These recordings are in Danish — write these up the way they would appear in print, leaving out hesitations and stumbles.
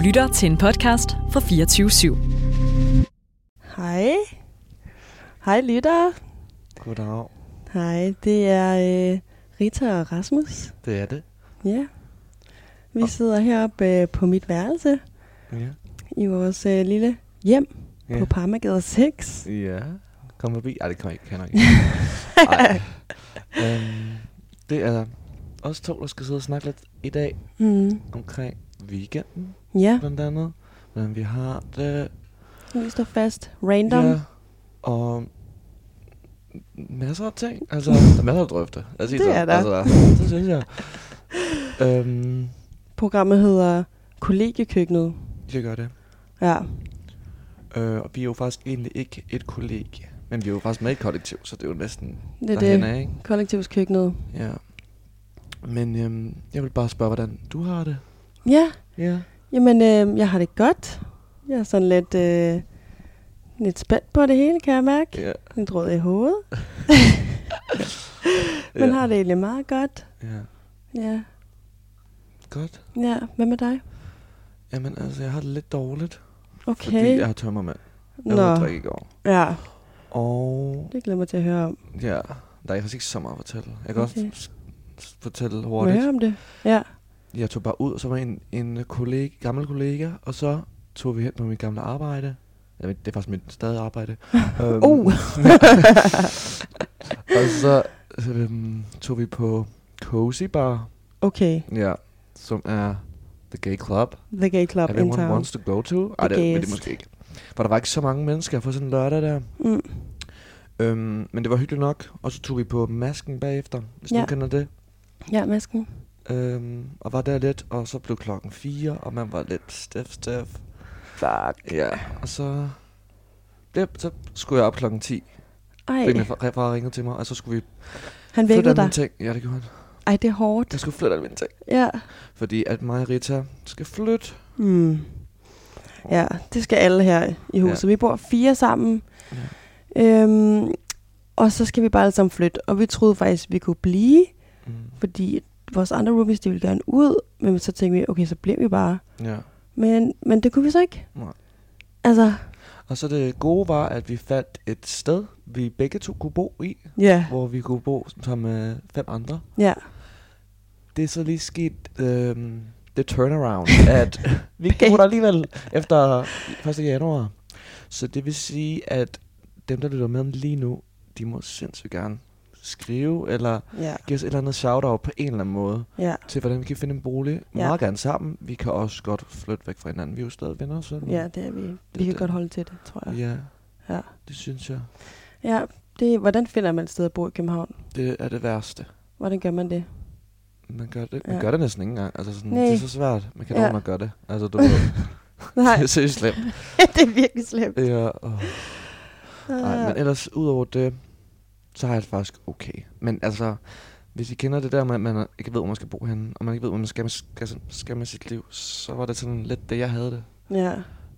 lytter til en podcast fra 24/7. Hej. Hej lytter. Goddag. Hej, det er Rita og Rasmus. Det er det. Ja. Vi sidder heroppe på mit værelse Ja. i vores lille hjem Ja. på Parmagade 6. Ja. Kom forbi. Ej, det kan jeg ikke. Ej. Det er os to, der skal sidde og snakke lidt i dag omkring weekenden, Ja, blandt andet. Hvordan vi har det. vi står fast. Random. Ja. Og masser af ting. Altså, der er masser at drøfte. Det er der. Altså, det synes jeg. Programmet hedder Kollegiekøkkenet. Det gør det. Ja. Og vi er jo faktisk egentlig ikke et kollegie. Men vi er jo faktisk med i et kollektiv, så det er jo næsten Det er derhen det. af, ikke? Kollektivskøkkenet. Ja. Men jeg vil bare spørge, hvordan du har det. Ja. Ja. Jamen, jeg har det godt. Jeg er sådan lidt spændt på det hele, kan jeg mærke. Ja. Lidt rød i hovedet. Men har det egentlig meget godt. Ja. Ja. Godt. Ja, hvad med dig? Jamen altså, jeg har det lidt dårligt. Okay. Fordi jeg har tømmermand. Jeg var ude at drikke i går. Ja, Og det glæder mig til at høre om. ja, der er faktisk ikke så meget at fortælle. Jeg kan Okay. også fortælle Må jeg hurtigt. høre om det? Ja. Jeg tog bare ud, og så var en gammel kollega, og så tog vi hen på mit gamle arbejde. Jeg ved, det er faktisk mit stadig arbejde. Og så tog vi på Cozy Bar, Okay, ja, som er The Gay Club. The Gay Club in Everyone town. wants to go to. Ej, det er gayest. måske ikke. For der var ikke så mange mennesker på sådan en lørdag der. Men det var hyggeligt nok. Og så tog vi på Masken bagefter, hvis Ja. du kender det. Ja, masken. Og var der lidt, og så blev klokken 4, og man var lidt stiff. Fuck. Ja, og så skulle jeg op klokken 10. Ej, Min far ringede til mig, og så skulle vi han flytte vækkede alle mine dig. ting. Ja, det gjorde han. Ej, det er hårdt. Jeg skulle flytte alle mine ting. Ja. Fordi at mig og Rita skal flytte. Ja, det skal alle her i huset. Ja. Vi bor 4 sammen. Ja. Og så skal vi bare alle sammen flytte. Og vi troede faktisk, vi kunne blive, fordi vores andre roomies, de ville gerne ud. Men så tænkte vi, okay, så bliver vi bare. Ja. Men det kunne vi så ikke. Nej. Altså, Og så det gode var, at vi fandt et sted, vi begge to kunne bo i. ja. Hvor vi kunne bo som 5 andre. Ja. Det er så lige sket det turnaround, at vi bor der alligevel efter 1. januar. Så det vil sige, at dem, der lytter med lige nu, de må sindssygt gerne skrive, eller Ja. give os et eller andet shout-out på en eller anden måde, Ja. til hvordan vi kan finde en bolig. Ja. Meget gerne sammen. Vi kan også godt flytte væk fra hinanden. Vi er jo stadig venner. Så Ja, det er vi. Vi kan godt holde til det, tror jeg. Ja, Ja. det synes jeg. Ja, hvordan finder man et sted at bo i København? Det er det værste. Hvordan gør man det? Man gør det, Ja. gør det næsten ikke engang. Altså sådan, Nej. det er så svært. Man kan Ja. ja. Gøre det. Altså, du ved. Nej, Det er seriøst slemt. det er virkelig slemt. Ja, nej, men ellers udover det, så har jeg det faktisk okay. Men altså, hvis I kender det der med, at man ikke ved, hvor man skal bo henne, og man ikke ved, hvor man skal med sit liv, så var det sådan lidt det, jeg havde det. Ja.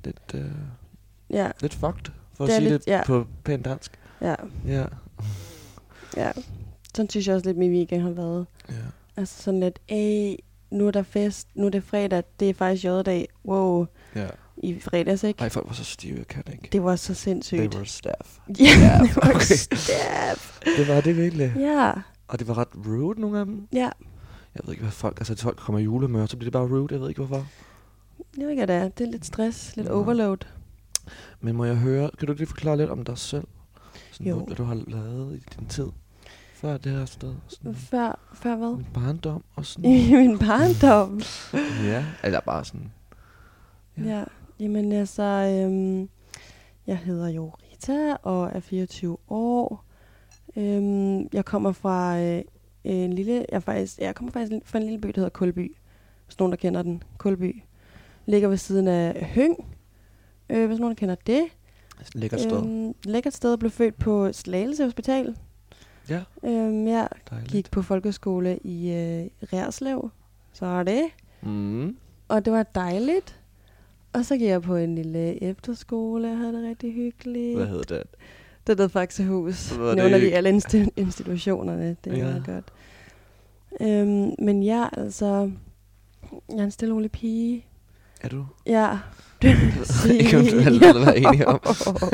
Lidt fucked, for Det at er sige lidt- det ja. på pænt dansk. Ja. Ja. Ja. Sådan synes jeg også lidt, min weekend har været. Ja. Altså sådan lidt, nu er der fest, nu er det fredag, det er faktisk jødedag. Wow, Ja. i fredags, ikke? Ej, folk var så stive, jeg kan det ikke. Det var så sindssygt. They were staff. Ja, det var okay. staff. Det var det virkelig. Ja, Og det var ret rude, nogle af dem. ja. Jeg ved ikke, hvad folk... Altså, folk kommer i julemør, så bliver det bare rude. Jeg ved ikke, hvorfor. Jeg ved ikke, hvad det er. Det er lidt stress, lidt Nå. overload. Men må jeg høre... Kan du lige forklare lidt om dig selv? Sådan, Jo. hvad du har lavet i din tid før det her sted? Sådan, Før hvad? din barndom og sådan. I min barndom. Ja, eller bare sådan... Ja. Jamen altså, jeg hedder jo Rita og er 24 år. Jeg kommer fra jeg kommer faktisk fra en lille by, der hedder Kulby. Hvis nogen, der kender den. Kulby. Ligger ved siden af Høng. Hvis nogen, der kender det. Lækkert sted. Lækkert sted. Blev født på Slagelse Hospital. Ja, Jeg dejligt. gik på folkeskole i Reerslev. Så er det. Mm. Og det var dejligt. Og så gik jeg på en lille efterskole. Jeg havde det rigtig hyggeligt. Hvad hedder det? Det hed Faxehus. Var det Nævner vi ikke? alle institutionerne. Det er Ja. meget godt. Men ja, altså... Jeg er en stille rolig pige. Er du? Ja. Det kan vi altid være enige om.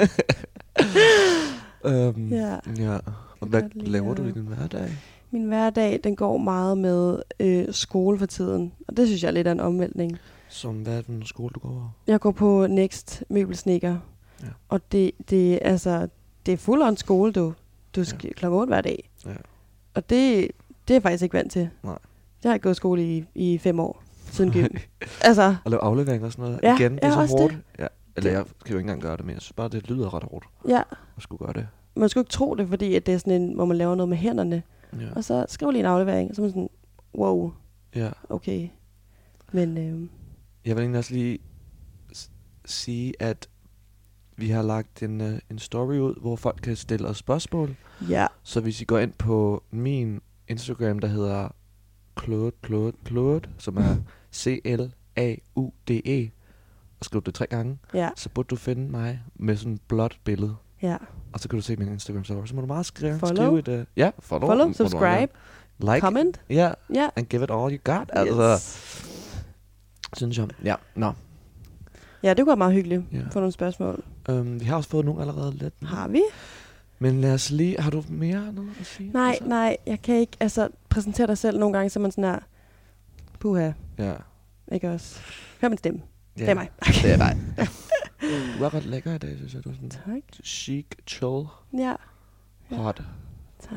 Ja. Ja. Og hvad laver du i din hverdag? Min hverdag, den går meget med skole for tiden. Og det synes jeg er lidt af en omvæltning. Som hvad er den skole, du går over? Jeg går på Next Møbelsnedker. Ja. Og det er full on skole, du skal klokken 8 hver dag. Ja. Og det er jeg faktisk ikke vant til. Nej. Jeg har ikke gået i skole i 5 år siden gym. Altså, og lave aflevering og sådan noget. Ja, igen, det er så hårdt. Det. Ja. Eller jeg kan jo ikke engang gøre det, men jeg synes bare, det lyder ret hårdt. Ja. At skulle gøre det. Man skulle ikke tro det, fordi at det er sådan en, hvor man laver noget med hænderne. Ja. Og så skriver lige en aflevering, og så er man sådan, wow, ja. Okay. Men jeg vil egentlig også lige sige, at vi har lagt en story ud, hvor folk kan stille os spørgsmål. Ja. Så hvis I går ind på min Instagram, der hedder Claude, som er CLAUDE, og skriv det 3 gange, så burde du finde mig med sådan et blåt billede. Ja. Og så kan du se min Instagram story. Så må du meget skrive et... follow, subscribe, like, comment. Ja, and give it all you got. Yes. Altså, synes jeg. Ja, Ja, det kunne være meget hyggeligt for nogle spørgsmål. Vi har også fået nogle allerede lidt. Har vi? Men lad os lige... Har du mere noget at sige? Nej, jeg kan ikke præsentere dig selv nogle gange, så man sådan her... Puha. Ja. Ikke også? Hør min stemme. Ja. Det er mig. Okay. Det er dig. Du er ret lækker i dag, synes jeg. Du er sådan tak. Chic, chill. Ja. Hot. Tak.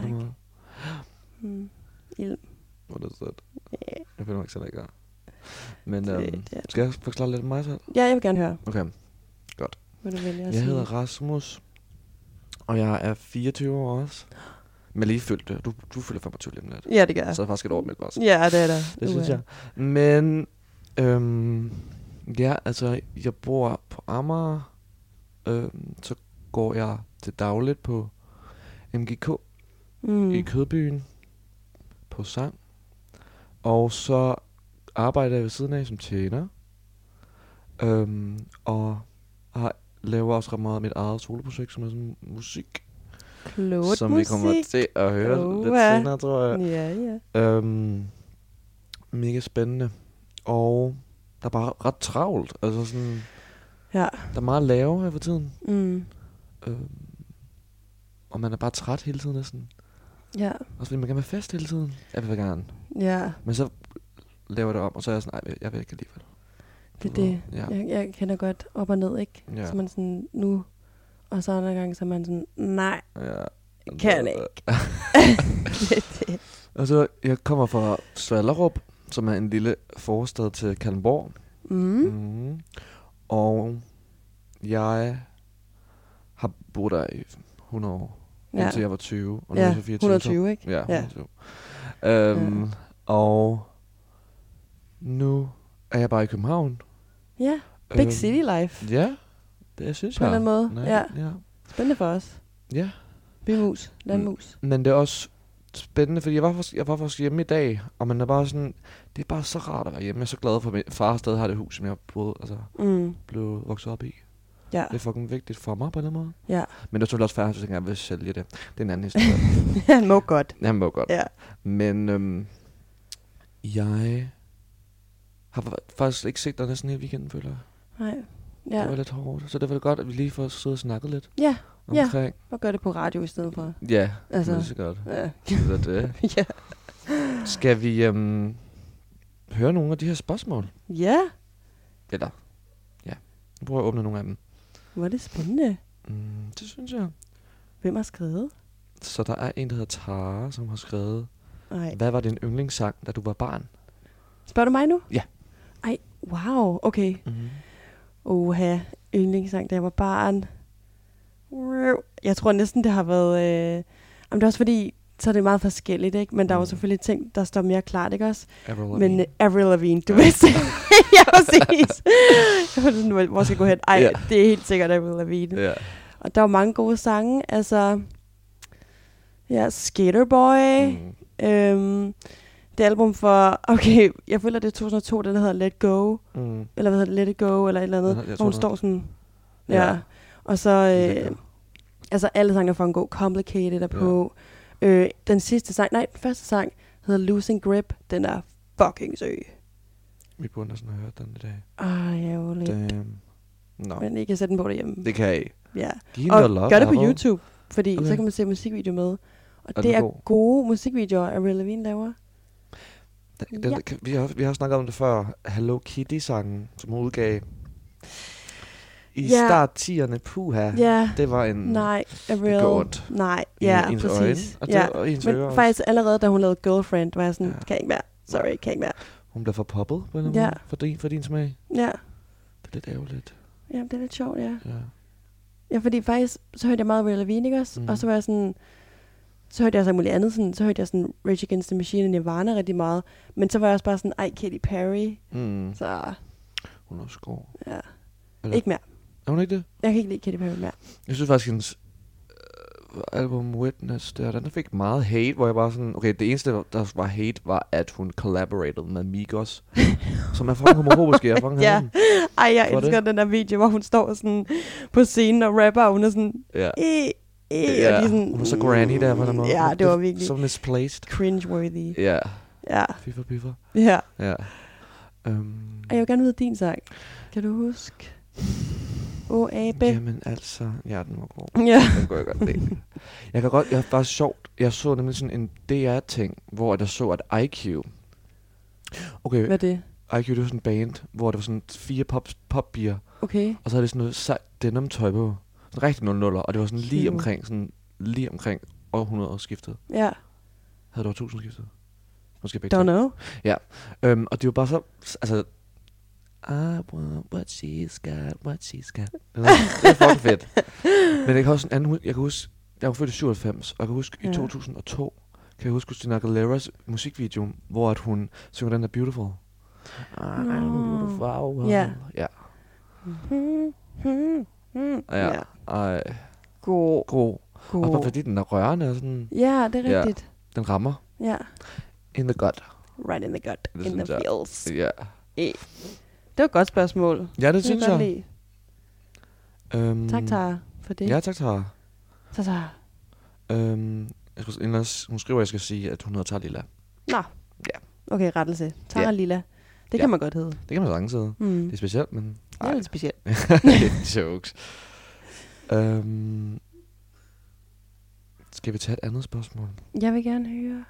Ilm. Hvor er det sødt. Yeah. Jeg finder mig ikke så lækker. Men skal jeg forklare lidt om mig selv? Ja, jeg vil gerne høre. Okay, godt. Vil du vælge jeg hedder Rasmus, og jeg er 24 år også. Men lige fyldt det. Du fylder 25 lige om lidt. Ja, det gør jeg. Så er faktisk et år med også. Ja, det er der. Det synes jeg. Men ja, altså jeg bor på Amager. Så går jeg til dagligt på MGK i Kødbyen på sang. Og så arbejder jeg ved siden af som tjener. Og laver også ret meget af mit eget soloprojekt, som er sådan musik. Claude som musik. Vi kommer til at høre lidt senere, tror jeg. Ja. Mega spændende. Og der er bare ret travlt. Altså sådan... Ja. Der er meget at lave her for tiden. Og man er bare træt hele tiden næsten. Ja. Også fordi man kan være fest hele tiden. Jeg vil gerne. Ja. Men så laver jeg det om, og så er jeg sådan, nej, jeg vil ikke alligevel. Det er det. Ja. Jeg kender godt op og ned, ikke? Ja. Så man sådan, nu... Og så andre gange, så er man sådan, nej, kan ikke. Det. Og så, jeg kommer fra Svallerup, som er en lille forstad til Kalundborg. Og jeg har boet der i 100 år, indtil jeg var 20. Og nu er jeg så 24. 120, ikke? Ja, 120. Og nu er jeg bare i København. Ja, big city life. Ja. Det synes jeg. På en eller anden måde. Ja. Spændende for os. Ja. Bymus. Landmus. Men det er også spændende, fordi jeg var faktisk hjemme i dag, og man er bare sådan, det er bare så rart at være hjemme. Jeg er så glad for, at min far stadig har det hus, som jeg blev vokset op i. Ja. Det er fucking vigtigt for mig på den måde. Ja. Men det er selvfølgelig også færdigt, så jeg vil sælge det. Det er en anden historie. Han må godt. Han må godt. Ja. Men jeg har faktisk ikke set dig næsten hele weekenden, føler jeg. Nej. Ja. Det var lidt hårdt, så det var godt, at vi lige får sidde og snakket lidt. Ja, og gør det på radio i stedet for. Ja, altså. Det er så godt. Ja. Det er det. Ja. Skal vi høre nogle af de her spørgsmål? Ja. Eller, nu prøver jeg at åbne nogle af dem. Hvor er det spændende. Det synes jeg. Hvem har skrevet? Så der er en, der hedder Tara, som har skrevet, hvad var din yndlingssang, da du var barn? Spørger du mig nu? Ja. Ej, wow, okay. Yndlingssang, da jeg var barn. Jeg tror næsten, det har været... det er også fordi, så er det meget forskelligt, ikke? Men der er jo selvfølgelig ting, der står mere klart, ikke også? Men Avril Lavigne, du vidste. Ja, præcis. Jeg var sådan, hvor skal jeg gå hen? Ej, det er helt sikkert Avril Lavigne. Yeah. Og der var mange gode sange. Altså, Skaterboy. Det album for... Okay, jeg føler, det er 2002, den hedder Let Go. Eller hvad hedder det? Let It Go, eller et eller andet. Hvor hun står sådan... Ja. Og så... altså, alle sangene for en god. Complicated er på. Den sidste sang... Nej, den første sang hedder Losing Grip. Den er fucking søg. Vi burde næsten have hørt den i dag. Ærgerligt. No. Men I kan sætte den på derhjemme. Det kan I. Ja. Og gør det på YouTube, fordi så kan man se musikvideo med. Og det er god? Gode musikvideoer, Avril Lavigne laver. Vi har snakket om det før. Hello Kitty-sangen, som hun udgav i start 10'erne. Puha. Det var en... Nej, Avril. Nej, ja, præcis. Og det var ens men faktisk allerede, da hun lavede Girlfriend, var jeg sådan, kan ikke mere. Sorry, kan ikke mere. Hun blev for poppet på en eller anden måde, for din smag. Ja. Det er lidt ærgerligt. Ja, det er lidt sjovt, ja, fordi faktisk, så hørte jeg meget Avril Lavigne, ikke også? Og så var jeg sådan... Så hørte jeg så muligt andet, sådan, så hørte jeg sådan Rage Against the Machine og Nirvana rigtig meget. Men så var jeg også bare sådan, Katy Perry. Så... Hun er også god. Ja. Eller? Ikke mere. Er hun ikke det? Jeg kan ikke lide Katy Perry mere. Jeg synes faktisk, hendes album Witness, den fik meget hate, hvor jeg bare sådan... Okay, det eneste, der var hate, var, at hun collaborated med Migos. Som er fucking homofobisk, jeg fucking havde. Jeg elsker den der video, hvor hun står sådan på scenen og rapper, og hun er sådan... Ja, sådan, hun var så granny der på den måde. Ja, det var virkelig... Så misplaced. Cringe-worthy. Ja. Ja. Piffer. Ja. Ja. Jeg vil gerne vide din sang. Kan du huske? Abe. Jamen altså, ja, den var god. Ja. Den går jeg godt lide. Jeg var bare sjovt. Jeg så nemlig sådan en DR-ting, hvor jeg så, at IQ... Okay. Hvad er det? IQ, det var sådan en band, hvor der var sådan 4 popbier. Okay. Og så havde det sådan noget sejt denim-tøj på. Sådan rigtig 00'er, og det var sådan lige omkring århundredeskiftet. Ja. Havde du 1000-skiftet? Måske begge. Don't know. Ja. Og det var bare så... Altså... I want what she's got. Det er fucking fedt. Men jeg kan også jeg kan huske... Jeg var født i 97, og jeg kan huske i 2002... Kan jeg huske Christina Aguileras musikvideo, hvor at hun synger den der Beautiful. I'm beautiful. Ja. Ja. Ja. Ej. God. Og bare fordi den er rørende og sådan... Ja, det er rigtigt. Den rammer. Ja. In the gut. Right in the gut. In the feels. Ja. Det var et godt spørgsmål. Ja, det synes jeg. Tak, Tara, for det. Ja, tak, Tara. Tara. Hun skriver, at jeg skal sige, at hun hedder Tara Lilla. Nå. Ja. Okay, rettelse. Tara Lilla. Det kan man godt hedde. Det kan man sagtens hedde. Det er specielt, men... Det er lidt specielt. Jokes. Skal vi tage et andet spørgsmål? Jeg vil gerne høre.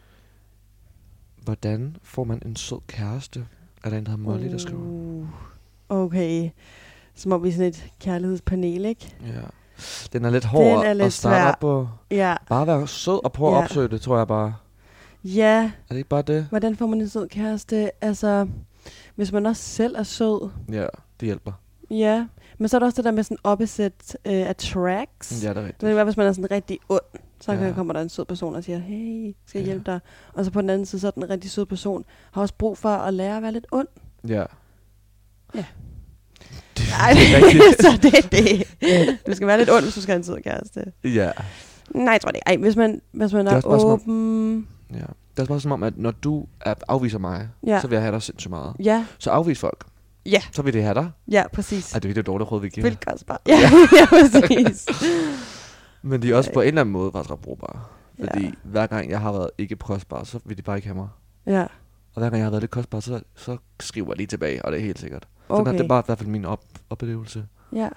Hvordan får man en sød kæreste? Er der en, der har Molly, der skriver? Okay. Som om vi er sådan et kærlighedspanel, ikke? Ja. Den er lidt hård at starte op på. Ja. Bare være sød og prøve at opsøge det, tror jeg bare. Ja. Er det ikke bare det? Hvordan får man en sød kæreste? Altså, hvis man også selv er sød. Ja, det hjælper. Ja, men så er der også det der med sådan opposite attracts. Ja, det er rigtigt. Det er hvis man er sådan rigtig ond, så kommer der en sød person og siger, hey, skal jeg hjælpe dig? Og så på den anden side, så er den rigtig sød person, har også brug for at lære at være lidt ond. Ja. Ja. Nej, så det er det. Du skal være lidt ond, hvis du skal have en sød kæreste. Ja. Nej, jeg tror det ikke. Ej, hvis man er åben... Ja. Det er bare som om, at når du afviser mig, så vil jeg have dig sindssygt meget. Ja. Så afvis folk. Ja. Så vil det have dig. Ja, præcis. Det er virkelig dårligt råd, vi giver. Hvilket også bare. Ja, præcis. Men de er også på en eller anden måde faktisk ret brugbare. Fordi hver gang jeg har været ikke kostbar, så vil de bare ikke have mig. Ja. Og hver gang jeg har været lidt kostbar, så skriver jeg lige tilbage, og det er helt sikkert. Okay. Så det er bare i hvert fald min oplevelse. Ja.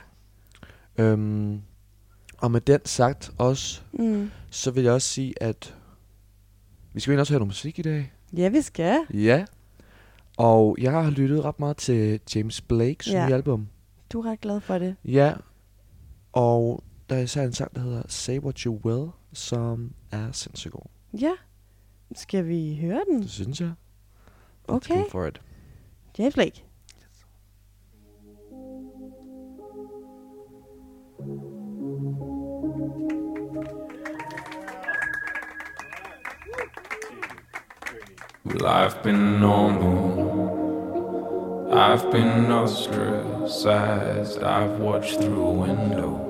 Og med den sagt også, så vil jeg også sige, at vi skal jo også høre noget musik i dag. Ja, vi skal. Ja. Og jeg har lyttet ret meget til James Blakes nye album. Du er ret glad for det. Ja. Og der er især en sang, der hedder Say What You Will, som er sindssygt god. Ja. Skal vi høre den? Det synes jeg. Okay. Let's go for it. James Blake. Well, I've been normal. I've been ostracized. I've watched through a window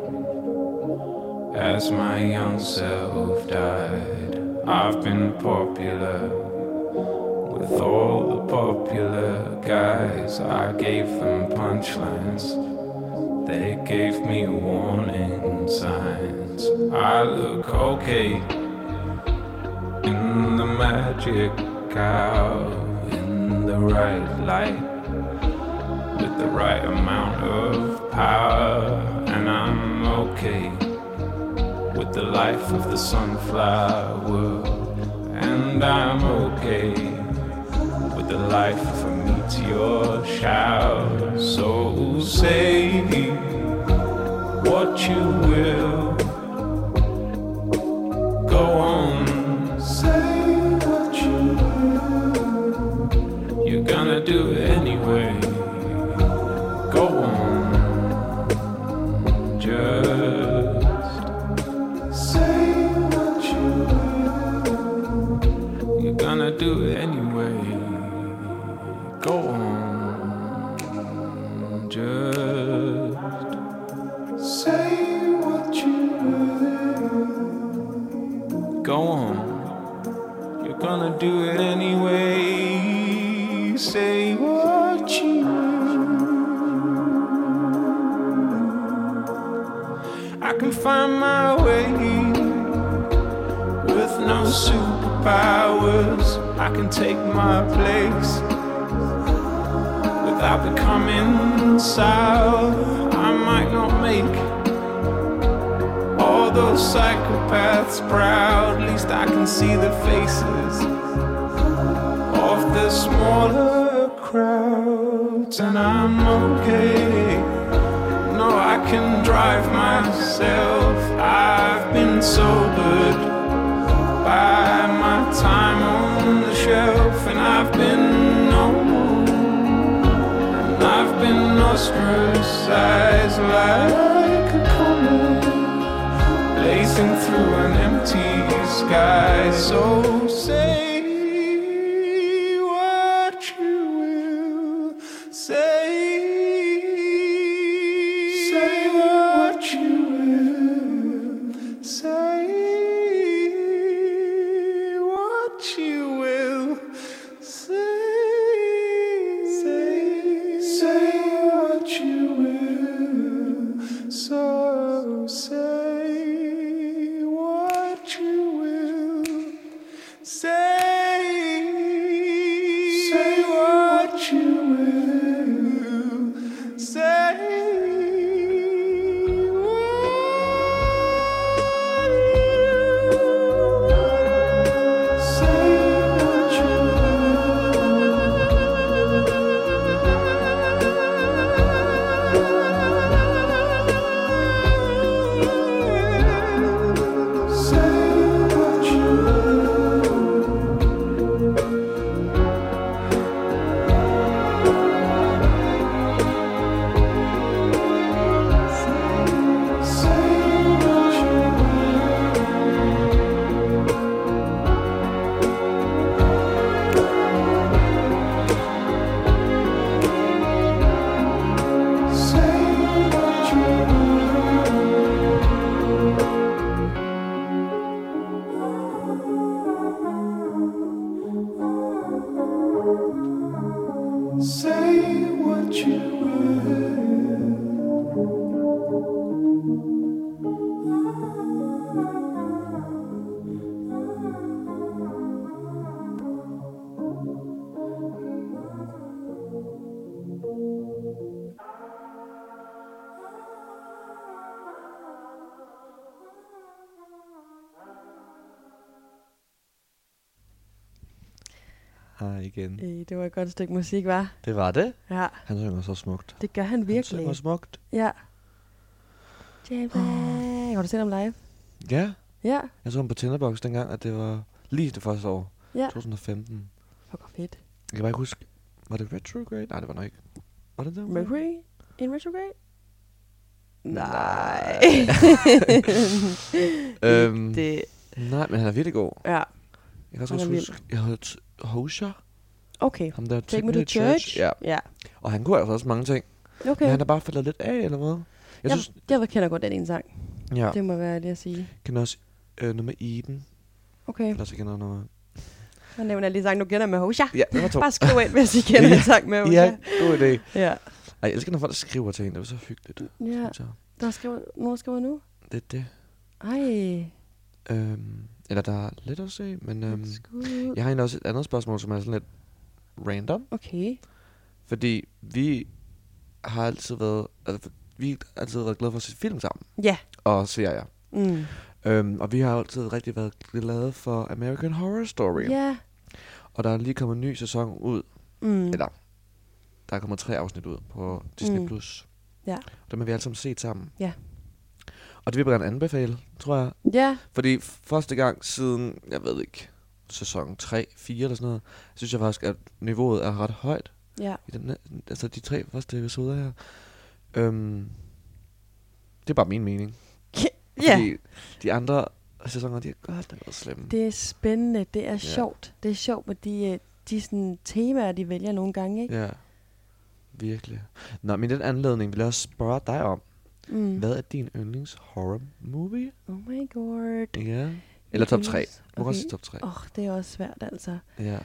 as my young self died. I've been popular with all the popular guys. I gave them punchlines. They gave me warning signs. I look okay in the magic cow, in in the right light with the right amount of power, and I'm okay with the life of the sunflower, and I'm okay with the life of a meteor shower. So say what you will, go on, say what you will, you're gonna do it anyway. Go on, just say what you will, you're gonna do it anyway. Go on, just say what you will. Go on, you're gonna do it anyway. Say what you will. I can find my way with no superpowers. I can take my place without becoming sour. I might not make all those psychopaths proud. At least I can see the faces of the smaller crowds, and I'm okay. No, I can drive myself. I've been sobered by my time on the shelf, and I've been known, and I've been ostracized like a comet blazing through an empty sky. So say what you will, say what you will, say what you will, say what you will, so say what you will, say what you will, say Hej igen. Det var et godt stykke musik, var? Det var det. Ja. Han synger så smukt. Det gør han virkelig. Han synger smukt. Ja. Har du set ham live? Ja. Ja. Jeg så ham på Tinderbox dengang, at det var lige det første år. Ja. 2015. Fuck, hvor fedt. Jeg kan bare ikke huske. Var det Retrograde? Nej, det var nok ikke. Var det der? Mercury in Retrograde? Nej. det... Nej, men han er virkelig god. Ja. Jeg kan også huske, jeg havde Hosha. Okay. Ham der Take Me to Church. Ja. Og han kunne altså også mange ting. Okay. Men han er bare faldet lidt af, eller hvad? Jeg kender godt den ene sang. Ja. Det må være det at sige. Jeg kender også noget med Eden. Okay. Ellers jeg kender noget. Jeg nævner lige sang, du kender med Hosha. Ja, det var 2. Bare skriv ind, hvis I kender en sang med Hosha. Ja, god idé. Ja. Ej, jeg elsker, når folk skriver til en. Det var så hyggeligt. Ja. Nogen skriver nu? Det er det. Ej. Eller der er lidt at se, men jeg har egentlig også et andet spørgsmål, som er sådan lidt random. Okay. Fordi vi har altid været glade for at se film sammen. Ja. Og serier. Mm. Og vi har altid rigtig været glade for American Horror Story. Ja. Og der er lige kommet en ny sæson ud. Mm. Eller, der er kommet 3 afsnit ud på Disney+. Plus. Ja. Dem har vi alle sammen set sammen. Ja. Og det vil jeg gerne anbefale, tror jeg. Ja. Fordi første gang siden, jeg ved ikke, sæson 3, 4 eller sådan noget, synes jeg faktisk, at niveauet er ret højt. Ja. I den, altså de 3 første episoder her. Det er bare min mening. Ja. Fordi de andre sæsoner, de er godt nok slemme. Det er spændende. Det er sjovt. Det er sjovt med de sådan, temaer, de vælger nogle gange, ikke? Ja, virkelig. Nå, men den anledning vil jeg også spørge dig om. Hvad er din yndlings horror movie? Oh my god. Ja. Eller top 3. Du kan også sige top 3. Det er også svært, altså. Ja.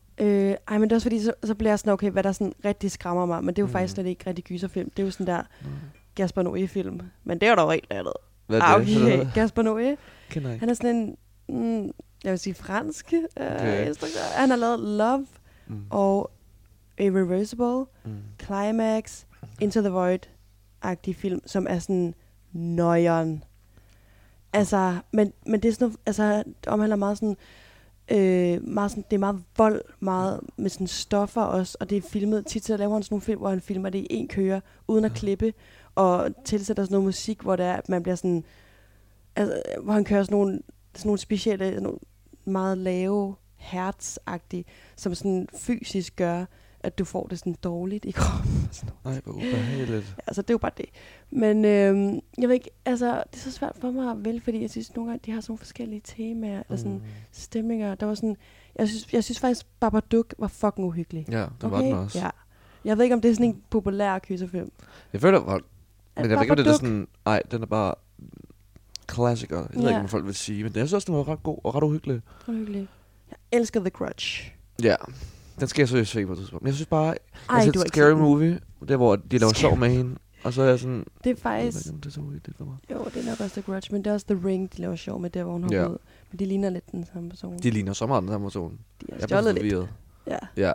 Men det er også fordi, så bliver jeg sådan, okay, hvad der sådan rigtig skræmmer mig. Men det er jo faktisk slet ikke rigtig gyserfilm. Det er jo sådan der Gaspar Noé-film. Men det er jo dog helt andet. Hvad er det? Okay, Gaspar Noé. Kender jeg. Han er sådan en, jeg vil sige fransk instruktør. Han har lavet Love og Irreversible, Climax, Into the Void-agtig film, som er sådan nøjeren. Altså, men det er sådan noget, altså, omhandler meget sådan, det er meget vold, meget med sådan stoffer også, og det er filmet, tit så laver han sådan nogle film, hvor han filmer det i en køre, uden at klippe, og tilsætter sådan noget musik, hvor det er, at man bliver sådan, altså, hvor han kører sådan nogle specielle, sådan nogle meget lave hertz-agtige, som sådan fysisk gør, at du får det sådan dårligt i kroppen. Nej, hvor ubehageligt. Altså, det er jo bare det. Men jeg ved ikke, altså, det er så svært for mig at vælge, fordi jeg synes nogle gange, de har sådan nogle forskellige temaer, eller sådan stemninger. Der var sådan, jeg synes faktisk, Babadook var fucking uhyggelig. Ja, det var den også. Ja. Jeg ved ikke, om det er sådan en populær kyserfilm. Jeg føler, men jeg ved ikke, om det er sådan, nej, den er bare klassiker. Jeg ved ikke, om folk vil sige, men jeg synes også, den var ret god og ret uhyggelig. Ret uhyggelig. Jeg elsker The Grudge. Ja, den skal jeg seriøst se på et tidspunkt. Men jeg synes bare, du Scary Movie, der hvor de laver sjov med hende, og så er jeg sådan... Det er faktisk... Jeg ved ikke, om det er så uhyggeligt for mig. Jo, det er nok også The Grudge, men det er også The Ring, de laver sjov med, der hvor hun har ud. Men de ligner lidt den samme person. De ligner så meget den samme person. De har stjålet lidt. Ja.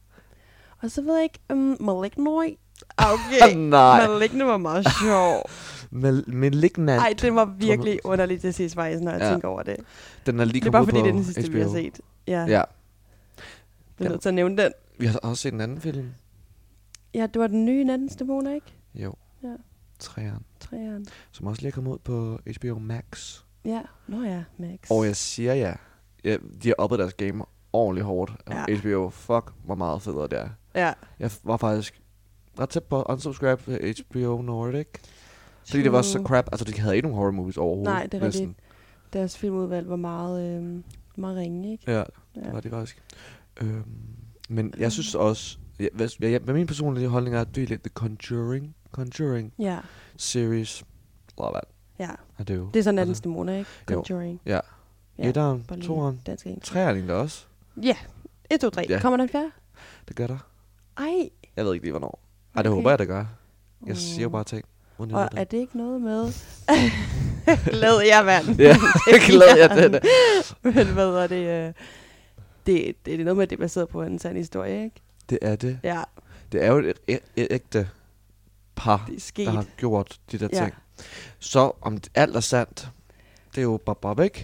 Og så ved jeg ikke, Malignant. Okay, nej. Malignant var meget sjov. Malignant. Ej, det var virkelig underligt til sidst faktisk, når jeg tænker over det. Den er lige det er bare fordi, på det er den sidste, HBO. vi har set. Ja. Jeg er nødt til at nævne den. Vi har også set en anden film. Ja, det var den nye Nattens Dæmoner, ikke? Jo. Ja. 3'eren. Som også lige er kommet ud på HBO Max. Ja, Max. Og jeg siger ja, de har oppet deres game ordentligt hårdt. Ja. HBO, fuck, hvor meget federe det er. Ja. Jeg var faktisk ret tæt på at unsubscribe til HBO Nordic. Fordi det var så crap. Altså, de havde ikke nogen horror movies overhovedet. Nej, det er rigtigt. Deres filmudvalg var meget ringe, ikke? Ja, det var det faktisk. Men jeg synes også, hvad min personlige holdning er, det er lidt The Conjuring series. Love it. Ja. I do. Det er sådan Nattens Dæmoner, ikke? Conjuring. Ja. Etteren, toeren, treeren egentlig også. Ja, 1, 2, 3. Ja. Kommer der en fjerde? Det gør der. Ej. Jeg ved ikke lige, hvornår. Ej, det håber jeg, det gør. Jeg siger jo bare ting. Og er det ikke noget med... Glæd jer, mand. Ja, glæd jer det. Men hvad var det? Det er noget med, at det er baseret på en sand historie, ikke? Det er det. Ja. Det er jo et ægte par, der har gjort de der ting. Så om alt er sandt, det er jo Bob, ikke?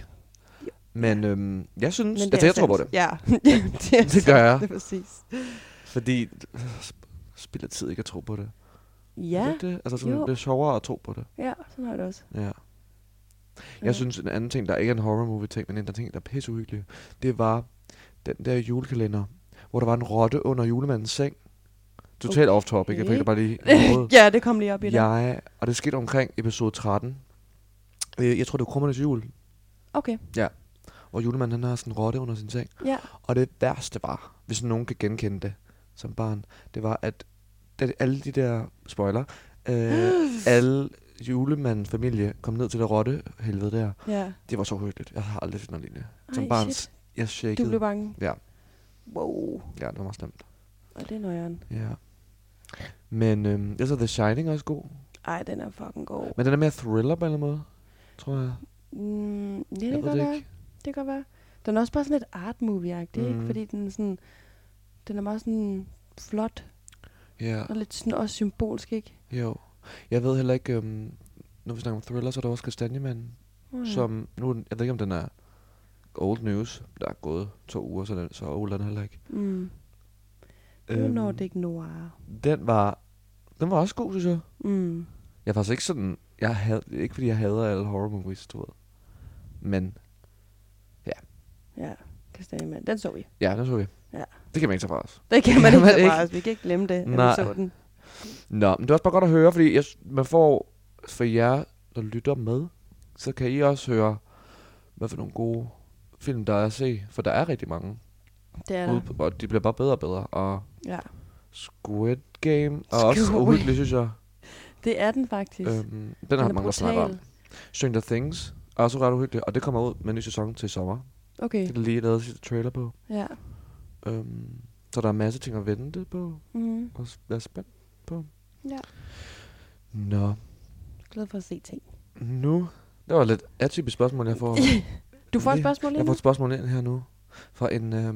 Men jeg synes, jeg tror på det. Ja, det gør jeg. Det er præcis. Fordi spilder tid ikke at tro på det. Ja. Det? Altså sådan, det er sjovere at tro på det. Ja, sådan har jeg det også. Ja. Jeg synes, en anden ting, der ikke er en horror movie ting, men en anden ting, der er pisseuhyggelig, det var den der julekalender, hvor der var en rotte under julemandens seng. Totalt off topic, jeg fik det bare lige ja, det kom lige op i det. Og det skete omkring episode 13. Jeg tror, det var Krummernes jul. Okay. Ja. Hvor julemanden han har sådan en rotte under sin seng. Ja. Og det værste var, hvis nogen kan genkende det som barn, det var, at alle de der spoiler, alle julemandens familie kom ned til det rotte-helvede der. Ja. Det var så hyggeligt. Jeg har aldrig set noget lignende. Som barn, jeg shakede. Du blev bange? Ja. Wow. Ja, det var meget slemt. Og det er nøjeren. Ja. Men jeg så The Shining også god. Ej, den er fucking god. Men den er mere thriller på en eller anden måde, tror jeg. Ja, det kan godt være. Det kan godt være. Den er også bare sådan lidt art movie-agtig, ikke? Fordi den er sådan... Den er meget sådan flot. Ja. Og lidt sådan også symbolsk, ikke? Jo. Jeg ved heller ikke, når vi snakker om Thriller, så er der også Kastanjemanden, som nu, jeg ved ikke om den er old news. Der er gået 2 uger, så old er den heller ikke. Nordic Noir. Den var også god, synes jeg. Jeg er faktisk ikke sådan, ikke fordi jeg hader alle horror movies, du ved. Men, ja. Ja, Kastanjemanden. Den så vi. Ja, den så vi. Ja. Det kan man ikke tage fra os. Det kan man ikke tage fra os. Vi kan ikke glemme det, at Nej. vi så den. Nå, men det er også bare godt at høre, fordi man får, for jer, der lytter med, så kan I også høre, hvad for nogle gode film, der er at se. For der er rigtig mange. Det er der. Og de bliver bare bedre og bedre. Og ja. Squid Game er også uhyggelig, synes jeg. Det er den faktisk. Den har mange, der snakker om. Stranger Things er også ret uhyggelig, og det kommer ud med en ny sæson til sommer. Okay. Det er lige lavet sit trailer på. Ja. Så der er en masse ting at vente på. Og være spændt på. Ja. Nå. Glad for at se ting. Nu, det var lidt atypisk spørgsmål, jeg får. Du får et spørgsmål ind? Jeg får et spørgsmål ind her nu. Fra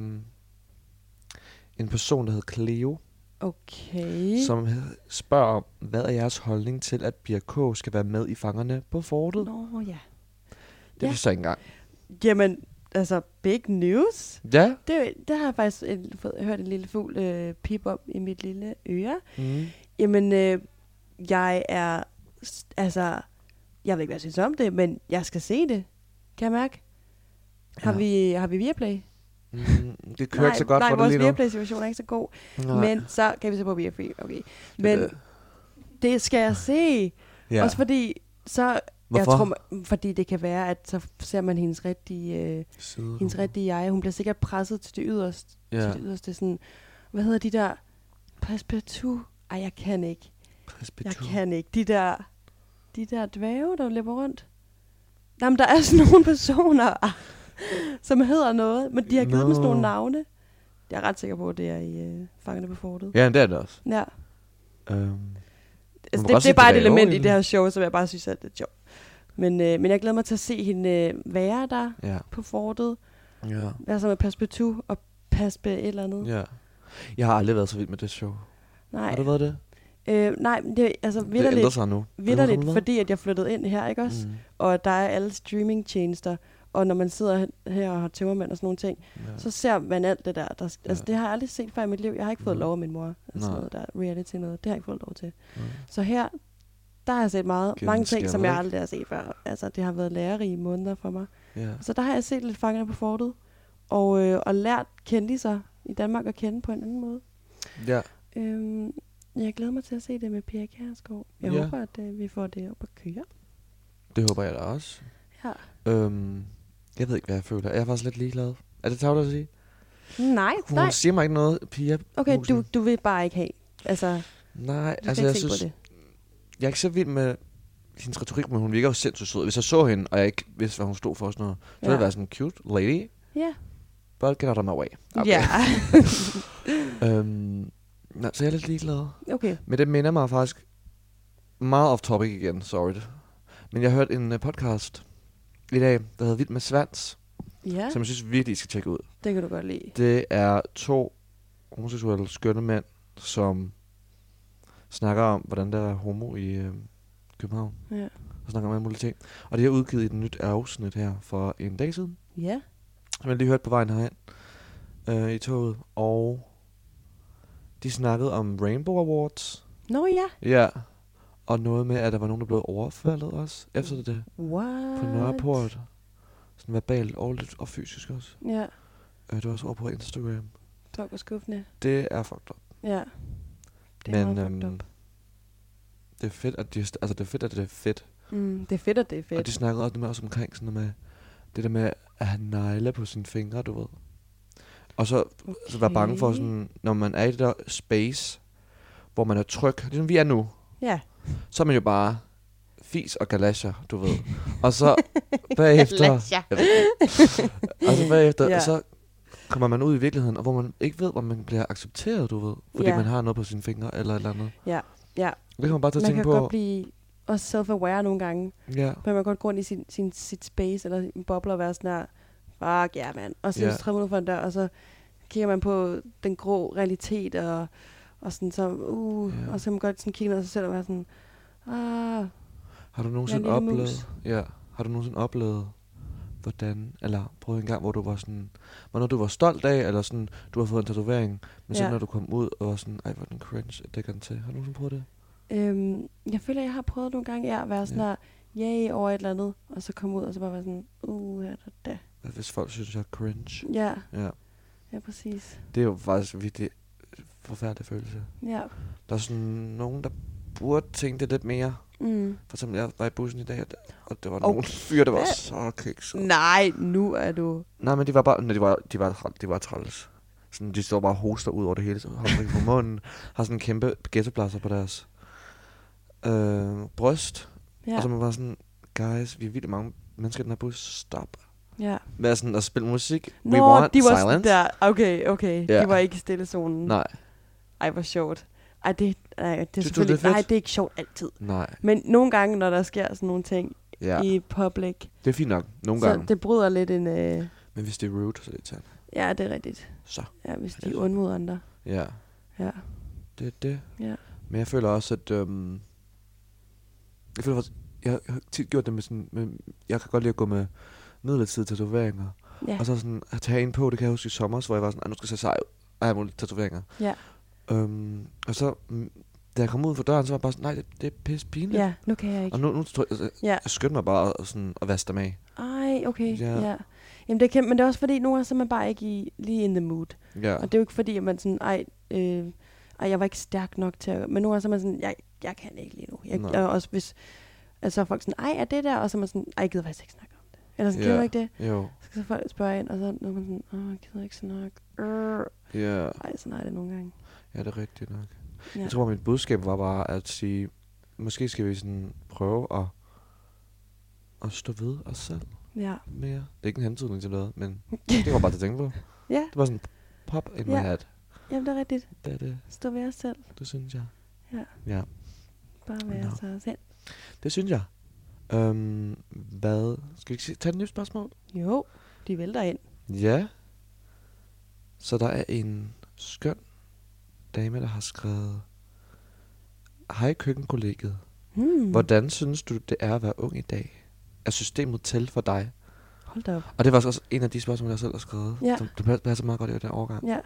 en person, der hedder Cleo. Okay. Som spørger, hvad er jeres holdning til, at Pia K. skal være med i Fangerne på Fortet? Nå, ja. Det er så ikke engang. Jamen, altså, big news. Ja. Det har jeg faktisk hørt en lille fugl pip op i mit lille øre. Jamen, jeg er, altså, jeg ved ikke, hvad jeg synes om det, men jeg skal se det. Kan jeg mærke? Har vi Viaplay? Det kører ikke så godt for det lige nu. Nej, vores Viaplay-situation er ikke så god. Nej. Men så kan vi se på Viafree. Okay. Men det skal jeg se. Ja. Også fordi, så... Hvorfor? Jeg tror, fordi det kan være, at så ser man hendes rigtige jeg. Hun bliver sikkert presset til det yderste. Ja. Til det yderste sådan, hvad hedder de der? Passepartout? Ej, jeg kan ikke. Jeg kan ikke. De der dvæve, der løber rundt. Jamen, der er sådan nogle personer, som hedder noget, men de har givet dem sådan nogle navne. Jeg er ret sikker på, at det er i Fangerne på Fortet. Ja, det er det også. Ja. Altså, det er bare et element i det her show, som jeg bare synes er lidt sjovt. Men jeg glæder mig til at se hende være der på fortet. Ja. Være så med Passepartout og Pasbe et eller andet. Ja. Jeg har aldrig været så vild med det show. Nej. Har du været det? Nej, det altså det ændrer sig nu. Vitterligt, fordi at jeg flyttede ind her, ikke også? Og der er alle streamingtjenester. Og når man sidder her og har tømmermænd og sådan nogle ting, så ser man alt det der. Altså, det har jeg aldrig set før i mit liv. Jeg har ikke fået lov af min mor. Altså noget der reality noget. Det har jeg ikke fået lov til. Så her, der har jeg set mange ting, som jeg aldrig har set før. Altså, det har været lærerige måneder for mig. Så der har jeg set lidt Fangerne på Fortet. Og lært kendiser i Danmark at kende på en anden måde. Ja. Jeg glæder mig til at se det med Pia Kjærsgaard. Jeg håber, at vi får det op at køre. Det håber jeg da også. Ja. Jeg ved ikke, hvad jeg føler. Jeg er faktisk lidt ligeglad. Er det tavligt at sige? Nej. Hun siger mig ikke noget, Pia. Okay, du vil bare ikke have. Altså, nej, altså jeg synes... Jeg er ikke så vild med hendes retorik, men hun virker jo sindssygt sød. Hvis jeg så hende, og jeg ikke vidste, hvad hun stod for sådan noget, så ville det være sådan en cute lady. Ja. But get out of my way. Okay. Ja. Så jeg er lidt ligeglad. Okay. Men det minder mig faktisk meget off topic igen, sorry. Men jeg hørte en podcast i dag, der hedder Vild med Svans, som jeg synes virkelig, I skal tjekke ud. Det kan du godt lide. Det er 2 homoseksuelle skønne mænd, som snakker om, hvordan der er homo i København. Ja. Og snakker om alle mulige ting. Og det er udgivet i et nyt afsnit her for en dag siden. Ja. Som jeg lige hørte på vejen herhen i toget. Og de snakkede om Rainbow Awards. Nå ja. Ja. Og noget med, at der var nogen, der blev overfaldet også. Efter det. What? På Nørreport. Sådan verbalt og fysisk også. Ja. Det var også over på Instagram. Det var skuffende. Det er fucked up. Ja. Det er fucked up. Det er fedt, at det er fedt, at det er fedt. Det er fedt, at det er fedt. Og de snakkede også omkring sådan noget med, det der med at have negle på sine fingre, du ved. Og så være bange for sådan, når man er i det der space, hvor man er tryg, ligesom vi er nu. Ja. Så er man jo bare fis og galasjer, du ved. Og så bagefter... og så bagefter, så kommer man ud i virkeligheden, og hvor man ikke ved, hvor man bliver accepteret, du ved. Fordi man har noget på sine fingre, eller et eller andet. Ja, ja. Det kan man bare til at tænke på. Man kan godt blive også self-aware nogle gange. Ja. Men man kan godt gå ind i sit space, eller en boble og være sådan her, fuck ja, mand. Og så træder man ud for en dør, og så kigger man på den grå realitet, og sådan så, og så kan man godt sådan kigge ned af sig selv og være sådan, Har du nogensinde oplevet, hvordan, eller prøvet en gang, hvor du var sådan, hvornår du var stolt af, eller sådan, du har fået en tatovering, men så når du kom ud og var sådan, ej, hvor den cringe, det kan til. Har du nogensinde prøvet det? Jeg føler, jeg har prøvet nogle gange at være sådan her, over et eller andet, og så komme ud, og så bare være sådan, her da. Hvis folk synes, jeg er cringe. Ja. Ja, præcis. Det er jo faktisk virkelig forfærdelig følelse. Ja. Der er sådan nogen, der burde tænke det lidt mere. For eksempel, jeg var i bussen i dag, og der var nogle fyre, der var så kikset. Nej, nu er du... Nej, men de var bare, de var træls. Sådan, de står bare og hoster ud over det hele, så har på munden, har sådan en kæmpe ghettoblasser på deres bryst. Ja. Og så man var sådan, guys, vi er vildt mange mennesker i den her bus, stop. Ja. Med sådan at spille musik, we want de var silence. Der. Okay. Ja. De var ikke i stillezonen. Nej. Ej, hvor sjovt. Det er selvfølgelig... Nej, det er ikke sjovt altid. Nej. Men nogle gange, når der sker sådan nogle ting i public... Det er fint nok, nogle gange. Så det bryder lidt en... Men hvis det er rude, så er det taget. Ja, det er rigtigt. Så. Ja, hvis de er onde mod andre. Ja. Ja. Det er det. Ja. Men jeg føler også, at... jeg har tit gjort det med sådan... jeg kan godt lide at gå med midlertidige tatoveringer. Ja. Og så sådan at tage en på, det kan jeg huske i sommer, hvor jeg var sådan, nu skal jeg se sej ud. Og jeg har mulige tatoveringer. Ja. Og så, da jeg kom ud for døren, så var jeg bare sådan, nej, det er pisse pinligt. Ja, nu kan jeg ikke. Og nu tror jeg skyndte mig bare sådan, at vaske dem af. Ej, okay, ja. Jamen det kan, men det er også fordi, nogle gange så er man bare ikke lige in the mood. Ja. Og det er jo ikke fordi, at man sådan, jeg var ikke stærk nok til at... Men nogle gange så er man sådan, jeg kan ikke lige nu. Jeg også hvis... Altså er folk sådan, er det der? Og så er man sådan, jeg gider faktisk ikke snakke om det. Eller så gider ikke det. Jo. Så folk spørger ind, og så er man sådan, jeg gider ikke snakke. Ja. Ej, sådan er det nogle gange. Ja, det er rigtigt nok. Ja. Jeg tror, mit budskab var bare at sige, måske skal vi sådan prøve at stå ved os selv mere. Det er ikke en hentydning til noget, men det var bare det, jeg tænkte på. Ja. Det var sådan pop in my head. Jamen, det er rigtigt. Det er det. Stå ved os selv. Det synes jeg. Ja. Bare være sig selv. Det synes jeg. Hvad? Skal vi tage et nyt spørgsmål? Jo, de vælter ind. Ja. Så der er en skøn dame, der har skrevet: hej køkkenkollegiet. Hvordan synes du, det er at være ung i dag? Er systemet til for dig? Hold da op. Og det var også en af de spørgsmål, jeg selv har skrevet. Ja. Det passer meget godt i den overgang. Ja.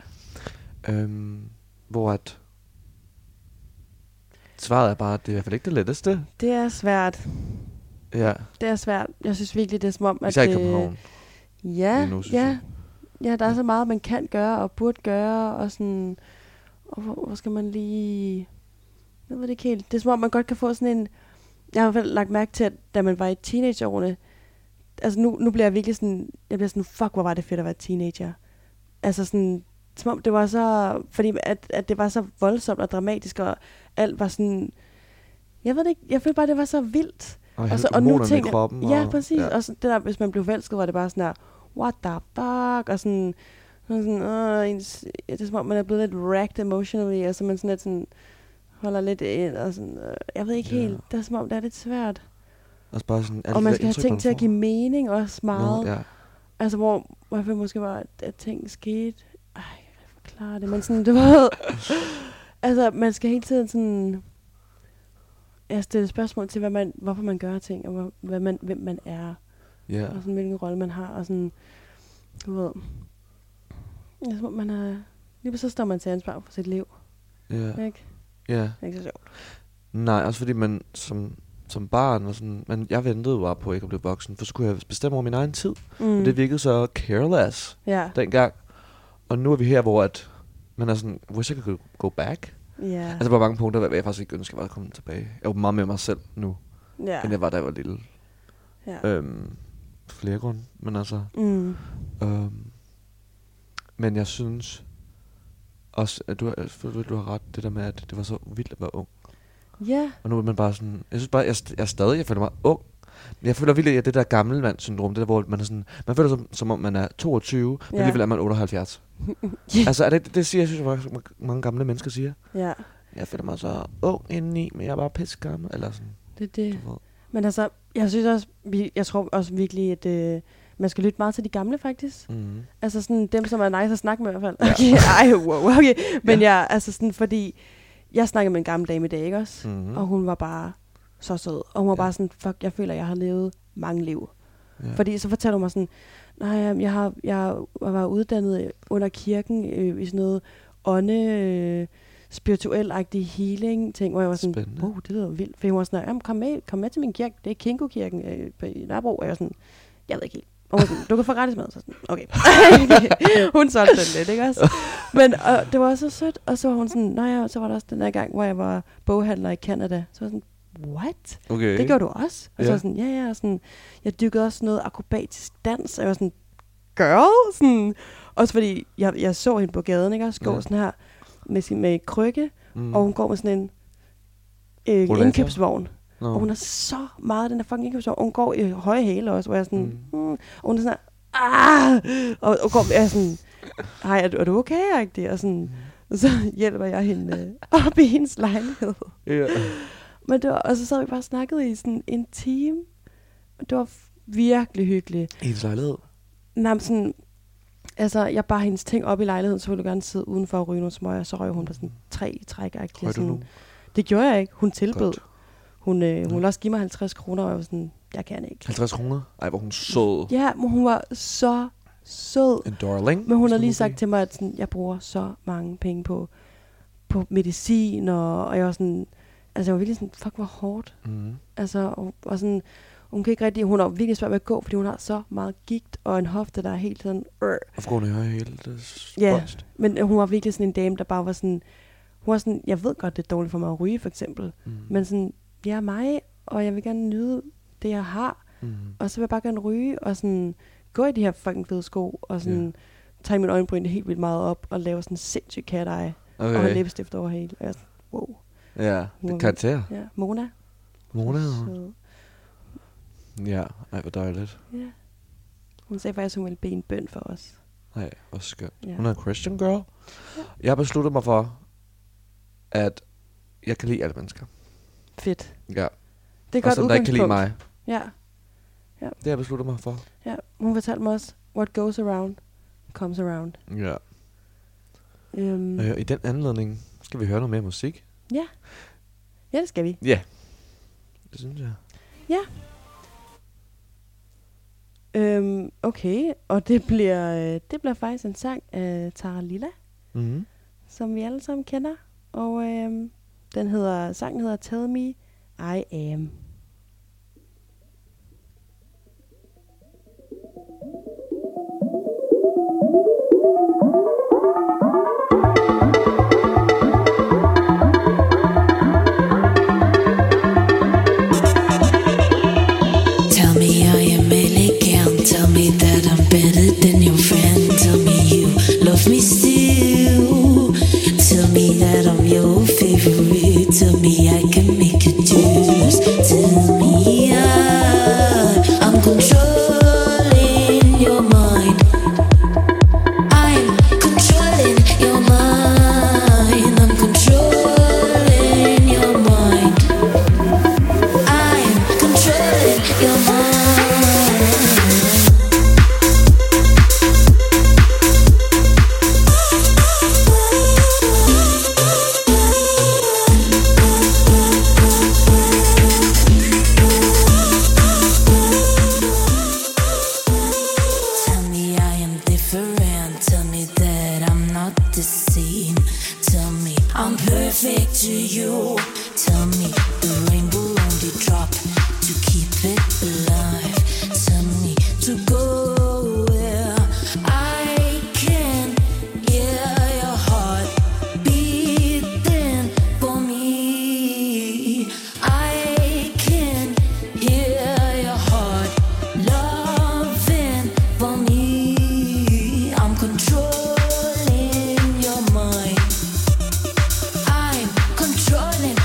Hvor at svaret er bare, at det er i hvert fald ikke det letteste. Det er svært. Ja. Det er svært. Jeg synes virkelig, det er som om, at... Især i København. Ja, der er så meget, man kan gøre og burde gøre, og sådan... Og hvor skal man lige... Jeg ved det ikke helt. Det er som om, man godt kan få sådan en... Jeg har i hvert fald lagt mærke til, at da man var i teenageårene... Altså nu bliver jeg virkelig sådan... Jeg bliver sådan, fuck, hvor var det fedt at være teenager. Altså sådan... Som om det var så... Fordi at det var så voldsomt og dramatisk, og alt var sådan... Jeg ved det ikke. Jeg følte bare, det var så vildt. Og nu ting i kroppen. Ja, præcis. Ja. Og så det der, hvis man blev forelsket, var det bare sådan her... What the fuck? Og sådan... det er som om, man er blevet lidt wrecked emotionally, og så man sådan lidt sådan... Holder lidt ind, og sådan... jeg ved ikke helt. Det er som om, det er lidt svært. Bare sådan, og man skal have ting til at give mening også meget. Ja. Altså, hvor jeg føler måske bare, at ting skete... jeg kan forklare det, men sådan, det var... altså, man skal hele tiden sådan... stille spørgsmål til, hvorfor man gør ting, og hvem man er. Yeah. Og sådan, hvilken rolle man har, og sådan... Du ved... Jeg tror, man er... Lige så står man til ansvar for sit liv. Ja. Ikke? Ja. Ikke så sjovt. Nej, også fordi man som barn, og sådan, jeg ventede jo bare på ikke at blive voksen, for så kunne jeg bestemme over min egen tid. Og det virkede så careless dengang. Og nu er vi her, hvor at man er sådan, wish I could go back. Yeah. Altså på mange punkter, jeg faktisk ikke ønsker at komme tilbage. Jeg er meget med mig selv nu, end jeg var, da jeg var lille. Yeah. Flere grunde, men altså... men jeg synes også, at du har ret, det der med, at det var så vildt at være ung. Ja. Og nu er man bare sådan... Jeg synes bare, jeg føler mig ung. Men jeg føler virkelig, at det der gammelmandssyndrom, det der, hvor man er sådan... Man føler som om man er 22, men alligevel er man 78. Altså, er det siger jeg, synes, mange gamle mennesker siger. Ja. Jeg føler mig så ung indeni, men jeg er bare pisse gammel, eller sådan. Det. Men altså, jeg synes også... Jeg tror også virkelig, at man skal lytte meget til de gamle, faktisk. Mm. Altså sådan dem, som er nice at snakke med i hvert fald. Okay, ej, wow, okay. Men altså sådan, fordi jeg snakkede med en gammel dame i dag, ikke også? Mm. Og hun var bare så sød. Og hun var bare sådan, fuck, jeg føler, jeg har levet mange liv. Ja. Fordi så fortæller hun mig sådan, nej, jeg var uddannet under kirken i sådan noget spirituel-agtig healing-ting, hvor jeg var sådan, det lyder vildt. For hun var sådan, jamen, kom med til min kirke, det er Kinko-kirken i Nørrebro. Og jeg var sådan, jeg ved ikke helt. Og hun sådan, du kan få gratis mad. Så sådan, okay. Hun solgte den lidt, ikke også? Men det var så sødt. Og så var hun sådan, så var der også den der gang, hvor jeg var boghandler i Canada. Så var sådan, what? Okay. Det gjorde du også? Og så var sådan, ja, sådan, jeg dykkede også noget akrobatisk dans. Og jeg var sådan, girl? Sådan. Også fordi, jeg så hende på gaden, ikke også? Gå sådan her med krykke. Og hun går med sådan en indkøbsvogn. No. Og hun er så meget den der fucking indkøbsvogn. Hun går i høje hæle også, hvor jeg er sådan, og hun er sådan og går jeg sådan, hej, er du okay? Og sådan, og så hjælper jeg hende op i hendes lejlighed. Yeah. Men det var, og så sad vi bare og snakkede i sådan en time. Det var virkelig hyggeligt. I hendes lejlighed? Nej, men sådan, altså, jeg bar hendes ting op i lejligheden, så ville du gerne sidde udenfor og ryge nogle smøger, så røg hun på sådan 3 træk-agtigt. Sådan. Det gjorde jeg ikke. Hun tilbød. Godt. Hun ville også give mig 50 kroner, og jeg var sådan, jeg kan ikke. 50 kroner? Ej, hvor hun sød. Ja, men hun var så sød. En darling. Men hun har lige sagt til mig, at sådan, jeg bruger så mange penge på medicin, og jeg var sådan, altså jeg var virkelig sådan, fuck, hvor hårdt. Altså, og sådan, hun kan ikke rigtig, hun har virkelig svært ved at gå, fordi hun har så meget gigt, og en hofte, der er helt sådan, Hvorfor går hun i høje hele men hun var virkelig sådan en dame, der bare var sådan, hun var sådan, jeg ved godt, det er dårligt for mig at ryge, for eksempel. Men sådan, jeg er mig, og jeg vil gerne nyde det, jeg har. Og så vil jeg bare gerne ryge, og sådan gå i de her fucking fede sko, og sådan tage min øjenbryn helt vildt meget op, og lave sådan en sindssyg cat-eye, og have læbestift over hele. Og jeg sådan, wow. Ja, det karakter. Ja, Mona. Så. Ja, ej, hvor dejligt. Ja. Hun sagde faktisk, hun ville bede en bøn for os. Nej, hvor skønt. Ja. Hun er en Christian girl. Ja. Jeg har besluttet mig for, at jeg kan lide alle mennesker. Fedt. Ja. Det er godt udgangspunkt. Der ikke kan lide mig. Ja. Det har jeg besluttet mig for. Ja, hun fortalte mig også, what goes around, comes around. Ja. I den anledning skal vi høre noget mere musik. Ja. Ja, det skal vi. Ja. Det synes jeg. Ja. Okay, og det bliver faktisk en sang af Tara Lilla, som vi alle sammen kender. Og sangen hedder Tell Me I Am. Me still. Tell me that I'm your favorite. Tell me I can make you choose. Tell me I'm controlling your mind. I'm controlling your mind. I'm controlling your mind. I'm controlling your mind. Controlling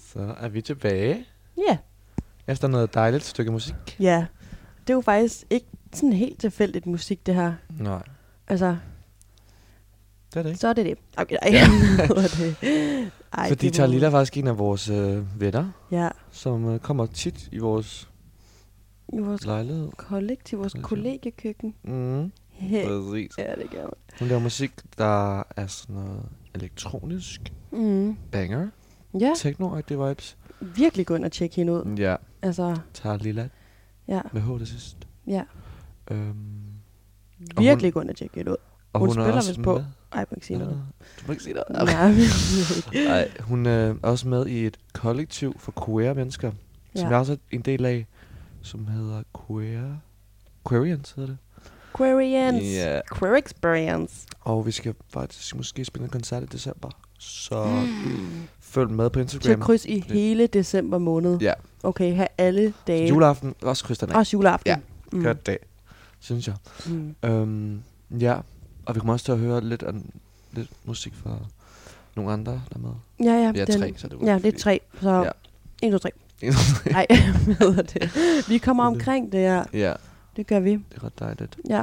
Så er vi tilbage Ja. efter noget dejligt stykke musik. Ja. Det er jo faktisk ikke sådan helt tilfældigt musik, det her. Nej, Altså, det er det ikke. så er det det. Okay, nej. det. Ej, Fordi det var- Talila er faktisk en af vores venner, Ja. som kommer tit i vores I vores lejlighed. kollektiv, vores kollegiekøkken. Mm, Ja, præcis. det gør man. Hun laver musik, der er sådan noget elektronisk, banger, Ja, techno-agtige vibes. virkelig gå ind og tjekke hende ud. Ja, Altså, Talila ja, med H til sidst. ja. Og Virkelig gå ind og tjekke hende ud. Og Hun er spiller også vist på. med- Ej, jeg må ikke sige noget. Du må ikke sige noget. Nej, Nej, hun er også med i et kollektiv for queer mennesker, som jeg også er en del af, som hedder Queerians hedder det. Queerians. Ja. Queer Experience. Og vi skal faktisk måske spille en koncert i december, så følg med på Så Instagram. kryds i hele december måned. Ja, Okay, have alle dage. juleaften, også kryds den af. Også juleaften. Ja. Godt dag, synes jeg. Ja, og vi kommer også til at høre lidt musik fra nogle andre, der er med. Ja, Vi er 3, så det Ja, det er 3. Så Ja. 1, 2, 3. Nej, hvad hedder det? Vi kommer omkring det her. Ja, Det gør vi. det er ret dejligt. Ja.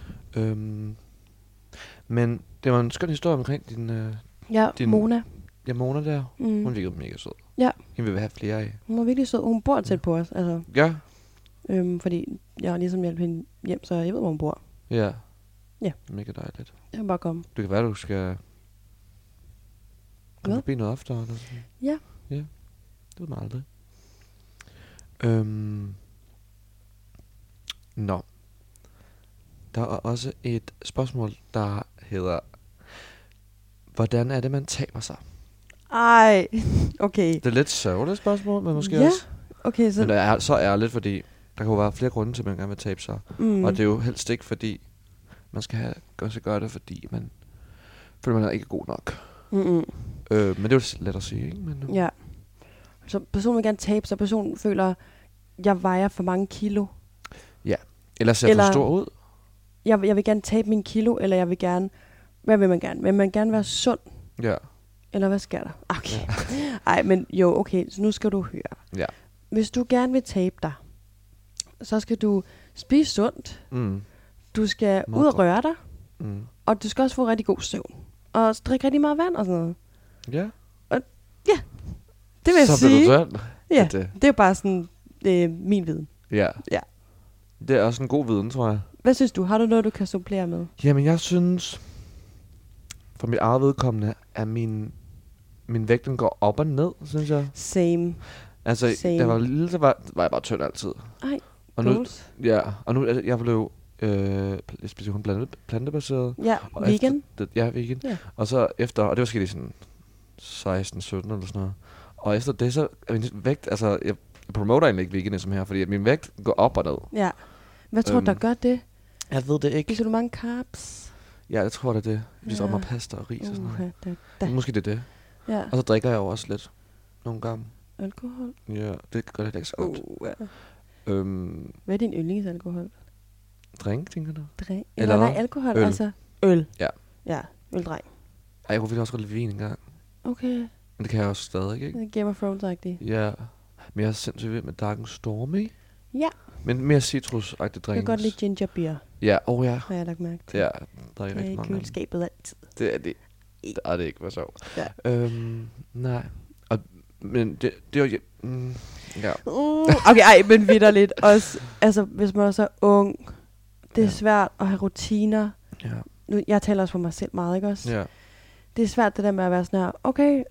Men det var en skøn historie omkring din Ja, Mona. Mona der. Hun Mm. virkede mega sød. Ja. Hende vil vi have flere af. Hun var virkelig sød. Hun bor tæt på os. Altså, Ja. fordi jeg har ligesom hjælp hende hjem, så jeg ved, hvor hun bor. Ja. Ja. Mega dejligt. Jeg kan bare komme. Det kan være, du skal komme Hvad? forbi noget oftere. Eller sådan. Ja. Ja. Det ved man aldrig. Nå. Der er også et spørgsmål, der hedder: hvordan er det, man taber sig? Ej, okay. Det er lidt sørgeligt spørgsmål, men måske Ja. også. Okay, så... Men det er så ærligt, fordi der kan jo være flere grunde til, at man gerne vil tabe sig. Og det er jo helst ikke, fordi man skal gøre det, fordi man føler, man er ikke god nok. Mm-mm. Men det er jo let at sige, ikke? Men, Ja. Så personen vil gerne tabe sig. Personen føler, jeg vejer for mange kilo. Eller ser Eller- for stor ud. Jeg vil gerne tabe mine kilo, eller jeg vil gerne... Hvad vil man gerne? Vil man gerne være sund? Ja. Eller hvad sker der? Okay. Ej, men jo, okay, så nu skal du høre. Ja. Hvis du gerne vil tabe dig, så skal du spise sundt. Mm. Du skal Meget ud og godt. røre dig. Mm. Og du skal også få rigtig god søvn. Og drikke rigtig meget vand og sådan noget. Ja. Det vil jeg så sige. bliver du sund. Ja, Det. det er bare sådan min viden. Ja. Ja. Det er også en god viden, tror jeg. Hvad synes du? Har du noget, du kan supplere med? Jamen, jeg synes, for mit eget vedkommende, at min vægt, den går op og ned, synes jeg. Same. Altså, Same. da jeg var lille, så var jeg bare tynd altid. Ej, Og nu, goals. ja, og nu, altså, jeg blev jeg spiser kun plantebaseret. Ja, Og vegan. Efter, ja, vegan. Ja. Og så efter, og det var sket i sådan 16-17 eller sådan noget. Og efter det, så er min vægt, altså, jeg promoter egentlig ikke veganism her, fordi at min vægt går op og ned. Ja. Hvad tror du, der Øhm, gør det? Jeg ved det ikke. Spiser du mange carbs? Ja, jeg tror, det er det. Vi spiser Ja. meget pasta og ris og sådan noget. Da. Måske det er det. Ja. Og så drikker jeg jo også lidt. Nogle gange. Alkohol? Ja, det gør det ikke så godt. Ja. Øhm, Hvad er din yndlingsalkohol? drink, tænker du? Eller Eller nej, hvad? alkohol, Øl. altså øl. Ja. Ja, øldreng. Ej, jeg kunne virkelig også godt lide vin engang. Okay. Men det kan jeg også stadig, ikke? Det er Game of Thrones-agtigt. Ja. Men jeg er sindssygt vild med Dark and Stormy. Ja. Men mere citrusagtige Jeg drinks. kan godt lide ginger beer, Ja, ja. har jeg lagt mærke til. Ja, der er Det er rigtig i mange. køleskabet altid. Det er det. Det er det ikke, hvad så? Ja. Nej. Men det er jo... ja. Okay, ej, men vitterligt. Også, altså, hvis man også er ung, det er Ja. svært at have rutiner. Ja. Nu, jeg taler også for mig selv meget, ikke også? Ja. Det er svært det der med at være sådan her, okay,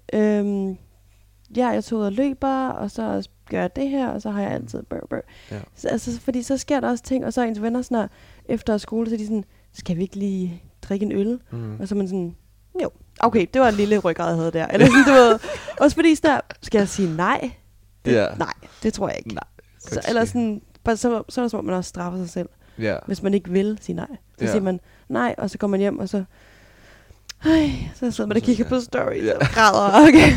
jeg tog ud og løber, og så gør jeg det her, og så har jeg altid bør. Ja. Så, altså, fordi så sker der også ting, og så er ens venner sådan her, efter skole, så er de sådan, skal vi ikke lige drikke en øl? Mm. Og så er man sådan, jo, okay, det var en lille ryggrad, jeg havde der. Eller sådan, du ved. Også fordi sådan der, skal jeg sige nej? Ja. Nej, det tror jeg ikke. Nej. Så, eller sådan, bare, så er det som om, man også straffer sig selv, Ja. hvis man ikke vil sige nej. Så Ja. siger man nej, og så går man hjem, og så... så sidder man og kigger på stories Ja. og græder. Okay.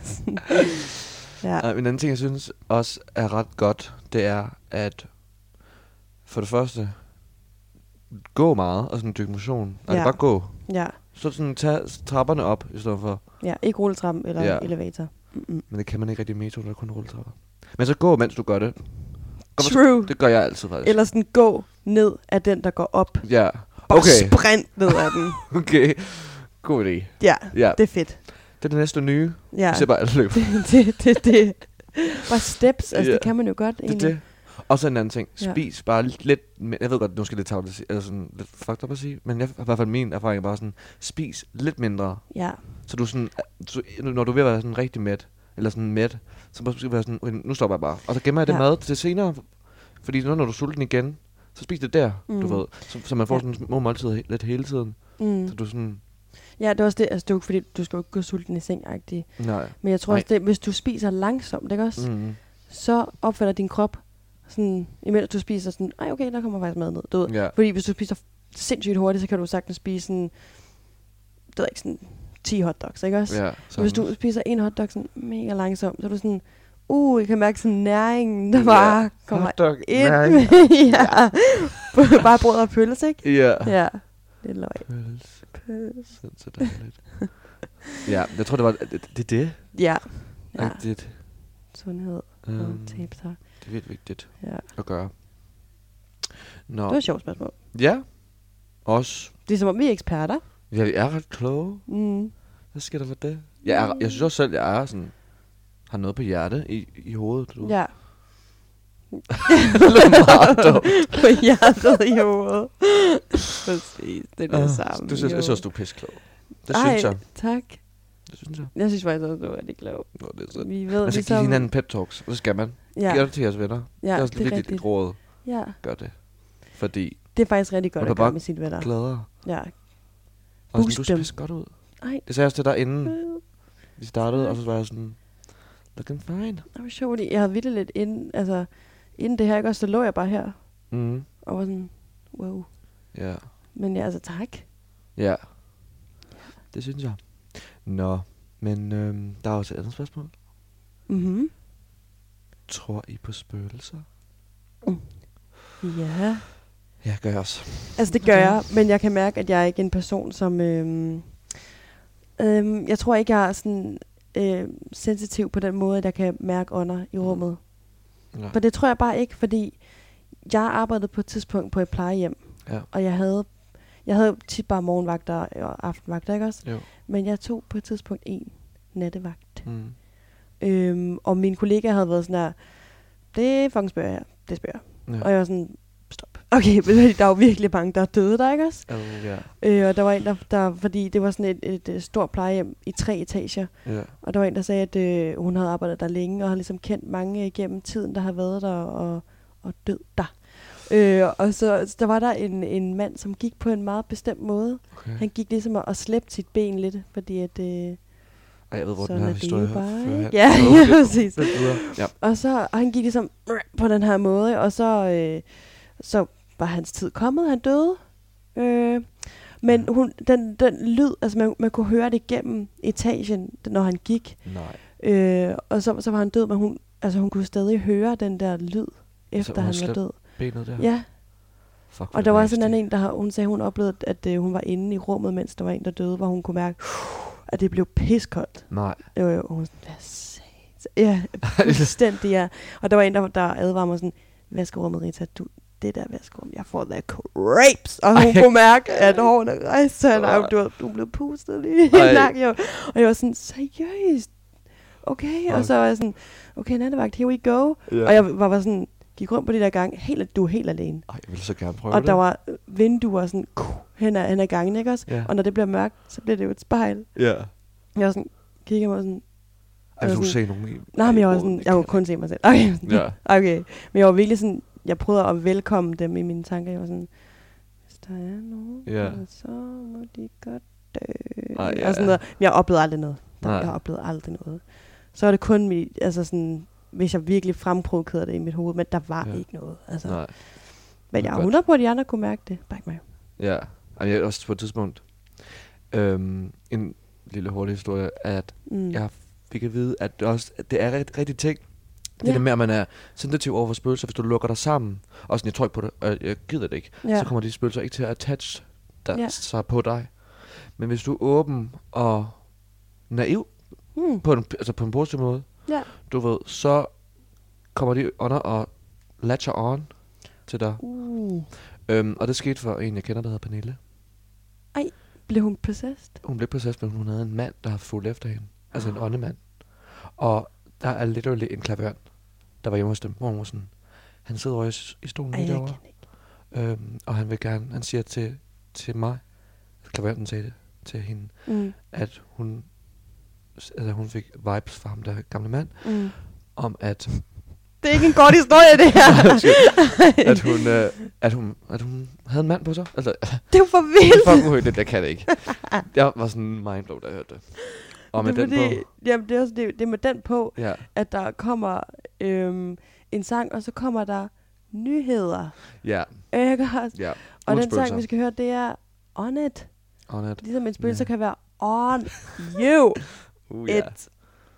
Ja. En anden ting, jeg synes også er ret godt, det er, at for det første, gå meget, og sådan dykke motion. Nej, Ja. bare gå. Ja. Så sådan tage trapperne op, i stedet for. Ja, ikke rulletrappen eller Ja. elevator. Mm-mm. Men det kan man ikke rigtig i metro, der er kun rulletrapper. Men så gå, mens du gør det. True. Det gør jeg altid, faktisk. Eller sådan gå ned af den, der går op. Ja. Bare Okay. sprint ned af den. Okay. God idé. Ja, Ja. det er fedt. Det er det næste nye. Ja. Jeg ser bare alt løb. det. Bare steps, altså Ja. det kan man jo godt Det er egentlig. det. Og så en anden ting. Ja. Spis bare lidt... Jeg ved godt, nu skal det tage det eller sådan lidt fucked up at sige. Men jeg, i hvert fald min erfaring er bare sådan, spis lidt mindre. Ja, Så du sådan, når du er ved at være sådan rigtig mæt, eller sådan mæt, så må du være sådan, okay, nu stopper jeg bare. Og så gemmer jeg det Ja. mad til senere. Fordi når du er sulten igen, så spis det der, du Mm. ved. Så man får Ja. sådan små måltider lidt hele tiden. Så du sådan, ja, det er også det. Altså det er jo ikke fordi, du skal jo ikke gå sulten i seng-agtigt. nej. Men jeg tror også, det, hvis du spiser langsomt, ikke også? Mm. Så opfatter din krop sådan, imens du spiser sådan, ej okay, der kommer faktisk mad ned. Du ved. Ja. Fordi hvis du spiser sindssygt hurtigt, så kan du sagtens spise sådan, det ved jeg ikke, sådan 10 hotdogs, ikke også? Ja, Så hvis du spiser en hotdog sådan mega langsomt, så er du sådan, jeg kan mærke sådan næringen, der Ja. bare kommer Hotdog, ind. næring. Ja. Bare brød og pølse, ikke? Ja. Ja. Det er løg. Pølse. Så dejligt. Ja, jeg tror, det var det. Ja. Ja. Rigtigt. Sundhed og tabe sig. Det er virkelig vigtigt Ja. at gøre. Nå. Det var et sjovt spørgsmål. Ja. Også. Det er som om vi er eksperter. Ja, vi er ret kloge. Mm. Hvad sker der for det? Jeg synes også selv, jeg er sådan, har noget på hjertet i hovedet. Du. Ja. Det lyder meget dumt. På hjertet i hovedet. Præcis, det er det samme. Du synes, jo. jeg synes, du er pisklog. Det Ej, synes jeg. tak. Det synes jeg. Jeg synes faktisk også, du er rigtig klog. Nå, det er sådan. Vi ved Man skal give hinanden pep talks. Hvad skal man? Ja, Gør det til jeres venner. ja det er også det er virkelig rigtigt. et råd. Ja, Gør det. Fordi det er faktisk rigtig godt Man at kan gøre bare med sine venner. glæder. Ja. Og Boost sådan, du dem. spiser godt ud. Ej, Det sagde jeg også til dig inden vi startede. Og så var jeg sådan, looking fine. det var sjovt, fordi jeg havde vildt lidt inden det her, ikke også, så lå jeg bare her Mm. og var sådan, wow. Ja. Men ja, altså tak. Ja. Det synes jeg. Nå. Men der er også et andet spørgsmål. Mhm. Tror I på spøgelser? Ja. Ja, gør jeg også. Altså det gør jeg, men jeg kan mærke, at jeg er ikke en person, som... jeg tror ikke, jeg er sådan sensitiv på den måde, at jeg kan mærke ånder i rummet. Ja. For det tror jeg bare ikke, fordi jeg arbejdede på et tidspunkt på et plejehjem, Ja. og jeg havde tit bare morgenvagter og aftenvagter, ikke også? Jo. Men jeg tog på et tidspunkt en nattevagt. Mm. Og min kollega havde været sådan her, det fucking spørger jeg, det spørger jeg. Ja. Og jeg var sådan, stop. Okay, men der er jo virkelig mange, der er døde der, ikke også? Ja. Og der var en, der fordi det var sådan et stort plejehjem i 3 etager. Ja. Og der var en, der sagde, at hun havde arbejdet der længe, og har ligesom kendt mange igennem tiden, der har været der og død der. Og så der var der en mand, som gik på en meget bestemt måde. Okay. Han gik ligesom og slæbte sit ben lidt, fordi at... Ej, jeg ved, hvor den sådan her er det historie jo bare, fører ikke? hen. Ja, Jo, ja, lidt- præcis. lidt videre. Ja. Og han gik ligesom på den her måde, og så var hans tid kommet, han døde. Men den lyd, altså man kunne høre det gennem etagen, når han gik. Nej. Og så var han død, men hun kunne stadig høre den der lyd, efter hun han har var død. Benet der. Ja, Fuck, og der var sådan en, hun sagde, hun oplevede, at hun var inde i rummet, mens der var en, der døde, hvor hun kunne mærke, at det blev piskoldt. Nej. Jo, hun var sådan, hvad satan? Ja, fuldstændig, ja. Og der var en, der advarede mig sådan, vaskerummet, Rita, det der vaskerum, jeg får the crepes. Og hun kunne mærke, at hårene rejste sig, og du blev pustet lige langt, jo. Og jeg var sådan, seriøst? Okay, og så var jeg sådan, okay, nattevagt, here we go. Ja. Og jeg var sådan, gik rundt på de der gange, du er helt alene. Ej, jeg ville så gerne prøve Og det. der var vinduer sådan, hen ad gangen, ikke også? Ja. Og når det bliver mørkt, så bliver det jo et spejl. Ja. Jeg var sådan, kigger mig sådan, Ej, jeg du var se nogen i... nej, men jeg var sådan, jeg kunne kun se mig selv. Okay, Ja. okay. Men jeg var virkelig sådan, jeg prøvede at velkomme dem i mine tanker. Jeg var sådan, hvis der er nogen, Ja. så må de godt dø. Ej, ja. Og sådan noget. Men jeg oplevede aldrig noget. Nej. Jeg oplevede aldrig noget. Så var det kun altså sådan, hvis jeg virkelig fremprovokerede det i mit hoved, men der var ikke noget. Altså. Nej. Men jeg er Godt. 100 på, at de andre kunne mærke det. Bare ikke mig. Ja. Ej, jeg også på et tidspunkt... en lille hurtig historie, at jeg fik at vide, at det er rigtig ting. Det der med, at man er sensitiv over for spøgelser, hvis du lukker dig sammen. Og sådan, jeg tror ikke på det, og jeg gider det ikke. Ja. Så kommer de spøgelser ikke til at attach Ja. sig på dig. Men hvis du er åben og naiv, På en positiv måde. Ja. Du ved, så kommer de under og latcher on til dig. Og det skete for en, jeg kender, der hedder Pernille. Ej, blev hun possessed? Hun blev possessed, men hun havde en mand, der har fulgt efter hende. Altså en åndemand. Og der er literally en klaverant, der var hjemme hos dem, hvor hun var sådan, han sidder over i stolen lige derovre. Og han vil gerne, han siger til mig, klaveranten sagde det til hende, at hun fik vibes fra ham, der gamle mand, om at... Det er ikke en godt historie, det her. at hun havde en mand på sig. Altså, det var for vildt. Det er fucking uhyggeligt, det kan det ikke. Jeg var sådan mindblown, da jeg hørte det. Og med den på... Jamen, det er også det er med den på, ja. At der kommer en sang, og så kommer der nyheder. Ja. Ja. Og den sang, vi skal høre, det er On It. On It. Ligesom en spøgelse kan være On You. It.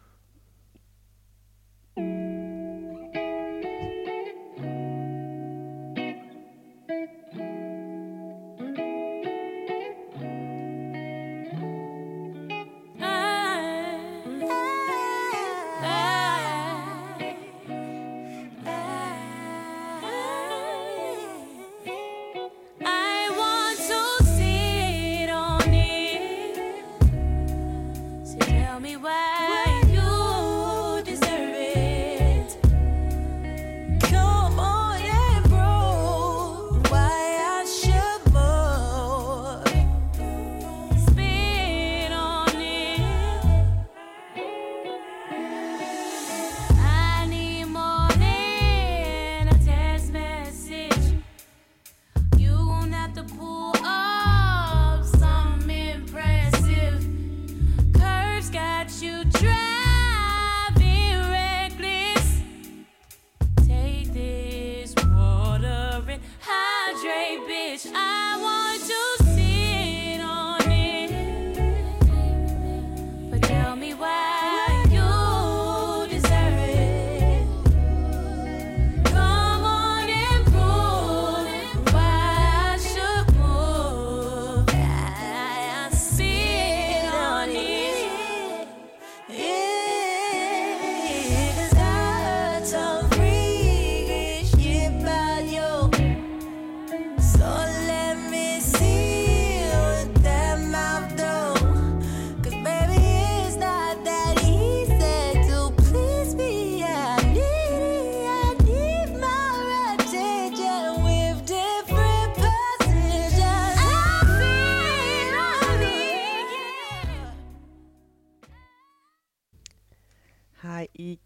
Hej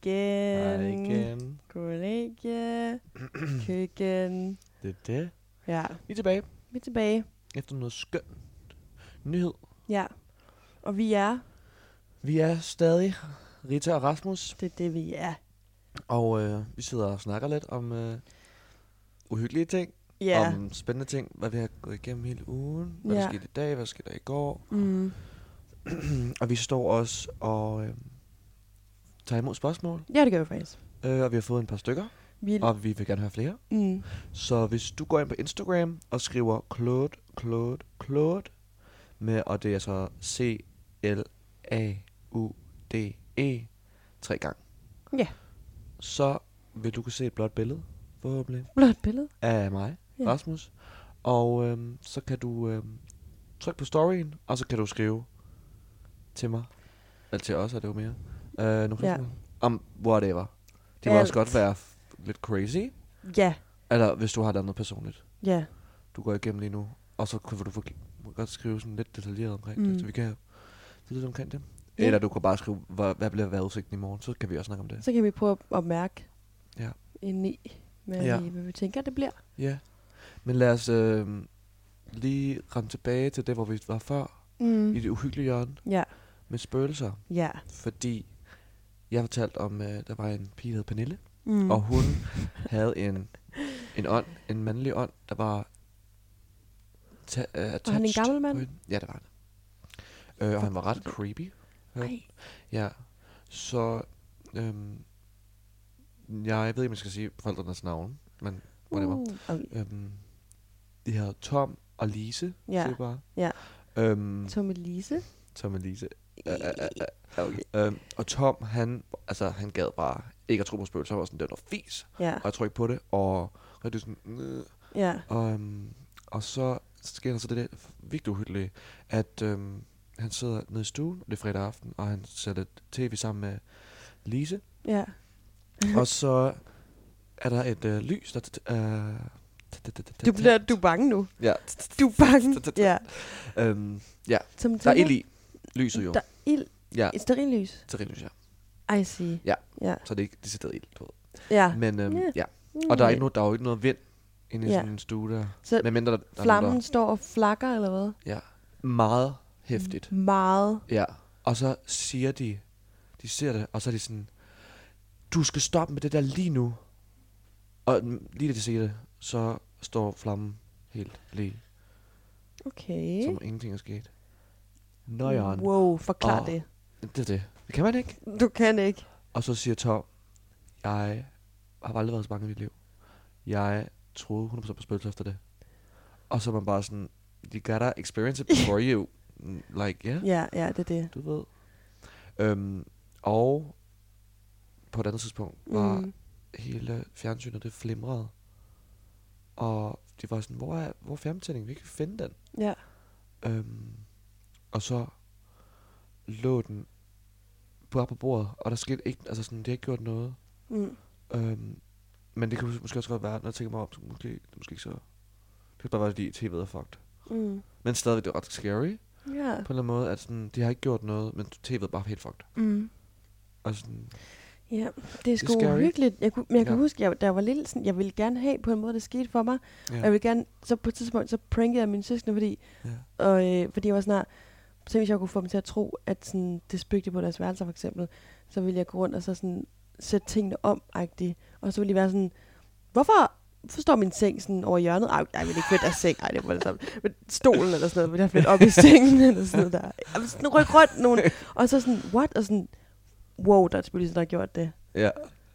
igen. Kollegie. Køkken. Det er det. Ja. Vi er tilbage. Vi er tilbage. Efter noget skønt nyhed. Ja. Og vi er? Vi er stadig Rita og Rasmus. Det er det, vi er. Og vi sidder og snakker lidt om uhyggelige ting. Ja. Om spændende ting, hvad vi har gået igennem hele ugen. Hvad der skete i dag, hvad skete der i går. Og vi står også og tager imod spørgsmål. Ja, det gør vi faktisk. Og vi har fået en par stykker. Og vi vil gerne have flere. Så hvis du går ind på Instagram og skriver Claude med, og det er så CLAUDE 3 gange. Ja. Så vil du kunne se et blåt billede, forhåbentlig. Blåt billede? Af mig, Rasmus. Og så kan du trykke på storyen, og så kan du skrive til mig. Eller til os, er det jo mere. Nogle spørgsmål. Om whatever. Det må også godt være lidt crazy. Ja. Eller hvis du har noget personligt. Ja. Du går igennem lige nu. Og så kan du godt skrive sådan lidt detaljeret omkring det. Så vi kan have lidt omkring det. Ja. Eller du kan bare skrive, hvad bliver vejrudsigten i morgen. Så kan vi også snakke om det. Så kan vi prøve at mærke indeni, hvad vi tænker, det bliver. Ja. Men lad os lige rende tilbage til det, hvor vi var før. I det uhyggelige hjørne. Ja. Med spøgelser. Ja. Fordi jeg fortalte om, der var en pige, der hed Pernille. Og hun havde en ånd, en mandlig ånd, der var attached. Var han en gammel mand? Ja, det var han. Og han var ret creepy. Ja. Så jeg ved ikke, om jeg skal sige forældrenes navn, men whatever. Okay. De hedder Tom og Lise, siger bare. Ja. Tom og Lise. Tom og Lise. Okay. Og Tom, han gad bare ikke at tro på spøgelser. Han var sådan, det var noget fis. Ja. Og jeg tror ikke på det. Og rigtig sådan, Ja. og så sker der så det der virkelig uhyggelige, at han sidder nede i stuen, det er fredag aften, og han ser lidt tv sammen med Lise. Ja. Og så er der et lys, der... Du er bange nu. Ja. Du er bange. Ja. Ja, Som der er ild i lyset jo. Der er ild. Ja, Et stearinlys. stearinlys, ja. I see. Ja. Ja. Så det er ikke decideret ild, du ved. Ja. Men Ja. ja. Og der er jo ikke noget vind inde i Ja. sådan en stue der. Så Medmindre der flammen står og flakker, eller hvad? Ja, meget hæftigt. Meget. Ja, og så siger de ser det, og så er de sådan, du skal stoppe med det der lige nu. Og lige da de siger det, så står flammen helt lige, Okay. som ingenting er sket. Nøjeren. Wow, forklar Og- det. Det er det. Det kan man ikke. Du kan ikke. Og så siger Tom, jeg har aldrig været så bange i mit liv. Jeg troede 100% på spøgelser efter det. Og så er man bare sådan, you gotta experience it before you. Like, yeah. Ja, det er det. Du ved. Og på et andet tidspunkt var hele fjernsynet, det flimrede. Og de var sådan, hvor er fjernbetjeningen? Vi kan finde den. Ja. Og så lå den på bordet, og der skete ikke, altså sådan, det har ikke gjort noget. Men det kan måske også godt være, når jeg tænker mig om, så måske ikke så... Det kan bare være, fordi tv'et er fucked. Men stadigvæk, det er ret scary. Ja. På en eller anden måde, at sådan, de har ikke gjort noget, men tv'et er bare helt fucked. Og sådan, Ja, det er sgu scary. hyggeligt. Jeg kan Ja. huske, der var lidt sådan, jeg ville gerne have på en måde, det skete for mig. ja. Og jeg ville gerne, så på et tidspunkt, så prankede jeg mine søskende, fordi, fordi jeg var sådan her, så hvis jeg kunne få dem til at tro, at sådan, det spøgte på deres værelser for eksempel, så ville jeg gå rundt og så sådan, sætte tingene om-agtigt. Og så ville de være sådan, hvorfor står min seng sådan over hjørnet? Ej, jeg vil ikke flytte deres seng. Ej, det var det samme. Men stolen eller sådan noget, vil jeg flytte op i sengen eller sådan noget der. Jeg vil sådan rykke rundt nogen. Og så sådan, what? Og sådan, wow, der er selvfølgelig sådan, der har gjort det. Ja.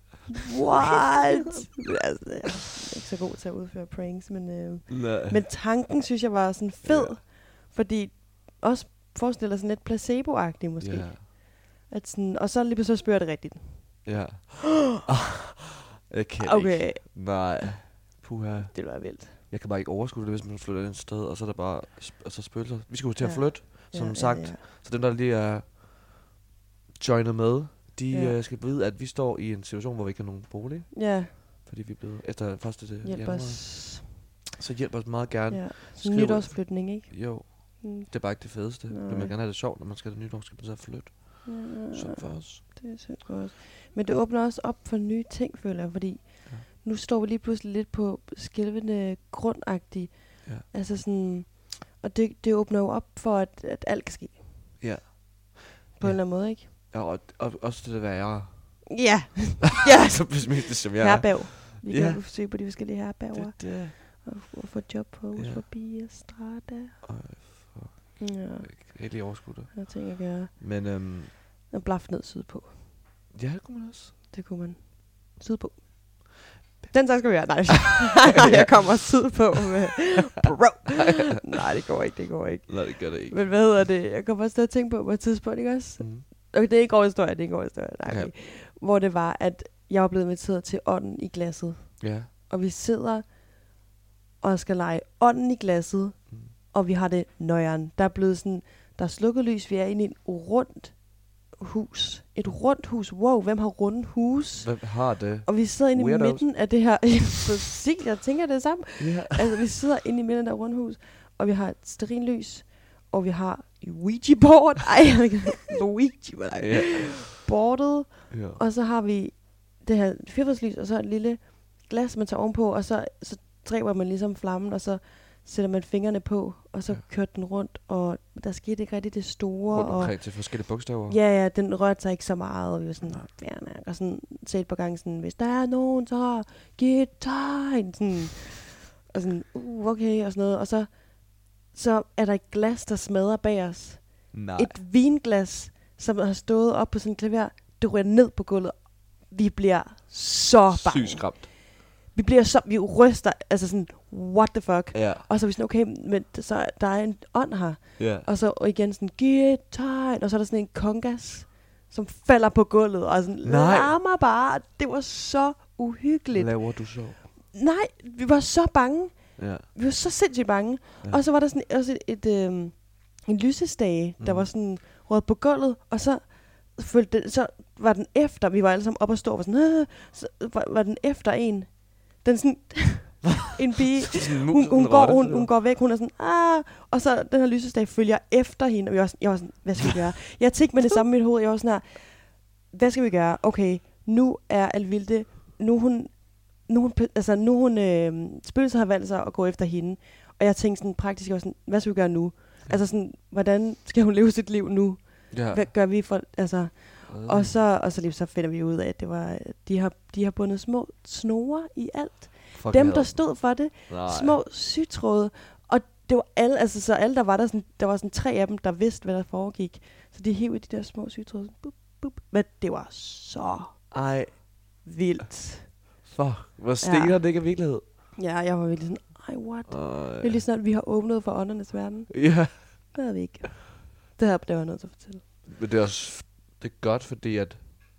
What? Altså, jeg er ikke så god til at udføre pranks, men tanken synes jeg var sådan fed, fordi også forestiller sådan lidt placebo-agtigt måske. Ja. At sådan, og så lige pludselig spørger det rigtigt. Ja. Jeg kan Okay. ikke. Nej. Puha. Det var vildt. Jeg kan bare ikke overskue det, hvis man flytter et sted, og så er der bare altså spøgelser. Vi skal jo til at Ja. flytte, som sagt. Så dem, der lige er joinet med, de skal vide, at vi står i en situation, hvor vi ikke har nogen bolig. Ja, Fordi vi er blevet efter 1. hjælp januar. os. Så hjælp os meget gerne. Ja. Skriv- Nytårsflytning, ikke? Jo, det er bare ikke det fedeste. Nej. Men man gerne have det sjovt, når man skal have det nytår, skal man så flytte. Sådan for os. Det er sygt godt. Men det åbner også op for nye ting, føler jeg, fordi nu står vi lige pludselig lidt på skælvende grundagtigt. Ja. Altså sådan, og det åbner jo op for, at alt kan ske. Ja. På en eller anden måde, ikke? Ja, og også det der værre. Ja. Ja. Så pessimistisk som jeg er. Herberg. Vi Ja. kan søge på de forskellige herberger. Det. Og få job på hus forbi Strada. Ja, Helt lige overskud det. jeg tænker at gøre. Men Og blaf ned sydpå. ja, det kunne man også. Det kunne man. Sydpå. Den så skal vi gøre. Nej, jeg kommer sydpå med bro. Nej, det går ikke. Nej, det gør det ikke. Men hvad hedder det? Jeg kommer også til at tænke på et tidspunkt, ikke også? Okay, det er ikke historie. Nej, okay. Hvor det var, at jeg var blevet inviteret til ånden i glasset. Ja. Og vi sidder og skal lege ånden i glasset, og vi har det nøjeren. Der er blevet sådan, der er slukket lys, vi er inde i et rundt hus. Et rundt hus. Wow, hvem har runde hus? Hvem har det? Og vi sidder inde Weirdos. i midten af det her. Præcis, jeg tænker det samme. Ja. Altså, vi sidder inde i midten af det runde hus, og vi har et stearinlys, og vi har Ouija-board. Luigi-board. Ja. Boardet. Ja. Og så har vi det her fyrfadslys, og så et lille glas, man tager ovenpå, og så dræber man ligesom flammen, og så sætter man fingrene på, og så kørte den rundt, og der skete ikke rigtig det store. Rundt Og omkring til forskellige bogstaver. ja, den rørte sig ikke så meget, og vi var sådan, og sådan sagde et par gange sådan, hvis der er nogen, så giv et tegn, sådan, og sådan, okay, og sådan noget, og så er der et glas, der smadrer bag os. Nej. Et vinglas, som har stået op på sådan en klaver, det ryger ned på gulvet. Vi bliver så bange. Sygt skræmt. vi bliver så, vi ryster, altså sådan, what the fuck? Ja. Og så er vi sådan, okay, men så der er en ånd her. Ja. Og så igen sådan, giv et tegn. Og så er der sådan en kongas, som falder på gulvet. Og sådan, larmer bare. Det var så uhyggeligt. Laver du så? Nej, vi var så bange. Ja. Vi var så sindssygt bange. Ja. Og så var der sådan også en lysestage, der var sådan rødt på gulvet. Og så var den efter, vi var alle sammen op og stå, og var sådan, så var den efter en. Den sådan, en pige, hun går væk, hun er sådan, og så den her lysestage følger efter hende, og jeg var sådan, hvad skal vi gøre? Jeg tænkte med det samme i mit hoved, jeg var sådan her, hvad skal vi gøre? Okay, nu er Alvilde, spøgelset har valgt sig at gå efter hende, og jeg tænkte sådan praktisk, jeg var sådan, hvad skal vi gøre nu? Altså sådan, hvordan skal hun leve sit liv nu? Ja. Hvad gør vi for, altså... Og så finder vi ud af, at det var, de har bundet små snore i alt. Fuck Dem, der stod for det, Nej. små sygtråde. Og det var alle, altså så alle, der var sådan 3 af dem, der vidste, hvad der foregik. Så de hævde de der små sygtråde. Bup, bup. Men det var så vildt. Fuck, hvor stener det ikke er virkelighed. Ja, jeg var virkelig sådan, what? Det er lige sådan, at vi har åbnet for åndernes verden. Ja. Det havde vi ikke. Det var jeg nødt til at fortælle. Men det er også det er godt, fordi at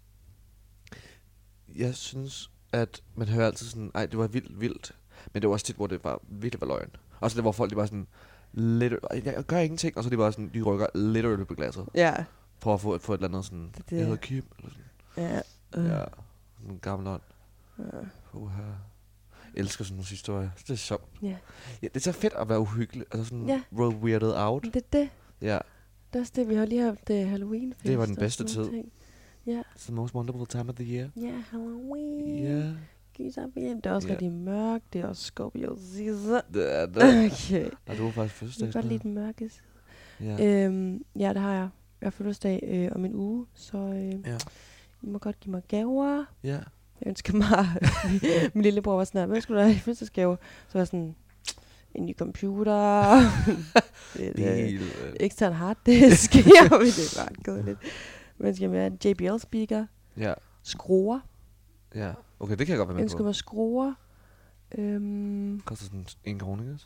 jeg synes, at man hører altid sådan, det var vildt. Men det var også tit, hvor det var virkelig var løgn. Og så det var folk, de var sådan, jeg gør ingenting, og så de bare sådan, de rykker literally på glasset. Ja. For at få et eller andet sådan, jeg hedder Kim, eller sådan. Ja. Ja, en gammel ånd. Jeg elsker sådan nogle historier. Det er sjovt. Ja. Ja, det er så fedt at være uhyggelig, altså sådan weirded out. Det er det. Ja. Det er også det, vi har lige haft Halloween. Det var den bedste tid. Ja. It's the most wonderful time of the year. Ja, Halloween. Ja. Det er også rigtig mørkt. Det er også Scorpio season. Det er det. Okay. Og du var faktisk fødselsdag. Jeg kan godt lide den mørke side. Ja. Ja, det har jeg. Jeg har fødselsdag om en uge, så I må godt give mig gaver. Ja. Jeg ønsker mig, min lillebror var sådan her, hvad skulle du have i fødselsdagsgave? Så var jeg sådan, en ny computer, ekstern harddisk, det er bare kedeligt. Men skal jeg med JBL speaker, skruer. Ja, okay, det kan jeg godt være med på. Ønsker mig skruer. Koster sådan 1 krone, ikke?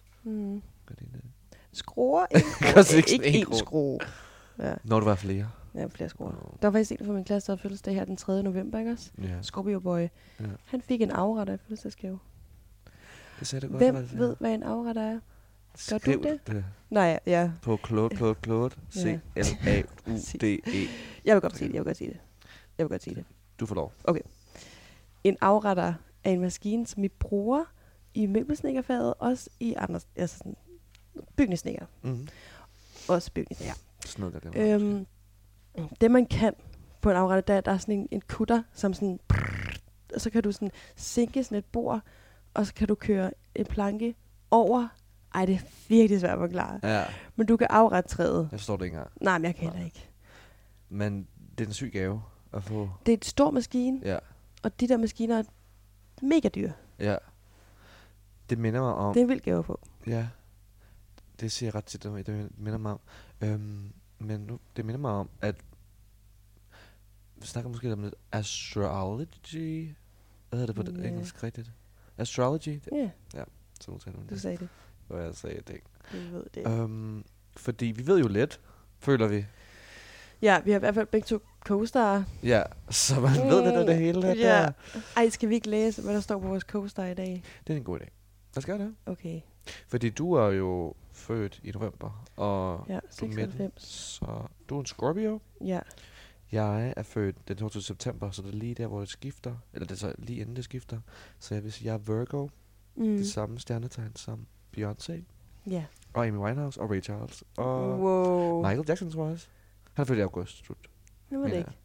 Skruer? 1 krone? Koster ikke 1 skrue. Ja. Når du var flere. Ja, flere skruer. Der var faktisk en fra min klasse, der havde fødselsdag her den 3. november, ikke også? Ja. Scorpio Boy. Ja. Han fik en afretter i fødselsdagsgave. Det sagde det godt. Hvem ved, hvad en afretter er? Gør du det? Nej, ja. På Claude. C-L-A-U-D-E. Jeg vil godt sige det. Du får lov. Okay. En afretter er en maskine, som vi bruger i møbelsnedkerfaget, også i andre, altså sådan, bygningssnedker. Mm-hmm. Også bygningssnedker. Sådan noget der. Det man kan på en afretter, der er sådan en kutter, som sådan, og så kan du sådan sænke sådan et bord, og så kan du køre en planke over. Ej, det er virkelig svært at forklare. Ja. Men du kan afrette træet. Jeg forstår det ikke engang. Nej, men jeg kan heller ikke. Men det er en syg gave at få. Det er et stor maskine, og de der maskiner er mega dyre. Ja. Det minder mig om... Det er en vild gave på. Ja. Det siger jeg ret tit, det minder mig om. Men nu, det minder mig om, at vi snakker måske om lidt astrology. Hvad hedder det på det engelsk rigtigt? Astrology? Ja. Ja, så nu taler vi det. Du sagde det. Og jeg sagde det. Du ved det. Fordi vi ved jo lidt, føler vi. Ja, vi har i hvert fald begge to co-star. Ja, så man ved lidt af det hele der. Ej, skal vi ikke læse, hvad der står på vores co-star i dag? Det er en god idé. Lad os gøre det. Okay. Fordi du er jo født i november. Og 96. Så du er en Scorpio. Ja. Jeg er født den 22. september, så det er lige der, hvor det skifter. Eller det er så lige inden det skifter. Så jeg vil sige, jeg er Virgo. Det samme stjernetegn som Beyoncé. Ja. Og Amy Winehouse og Ray Charles. Og Michael Jackson, tror jeg også. Han er født i august. Det var det ikke.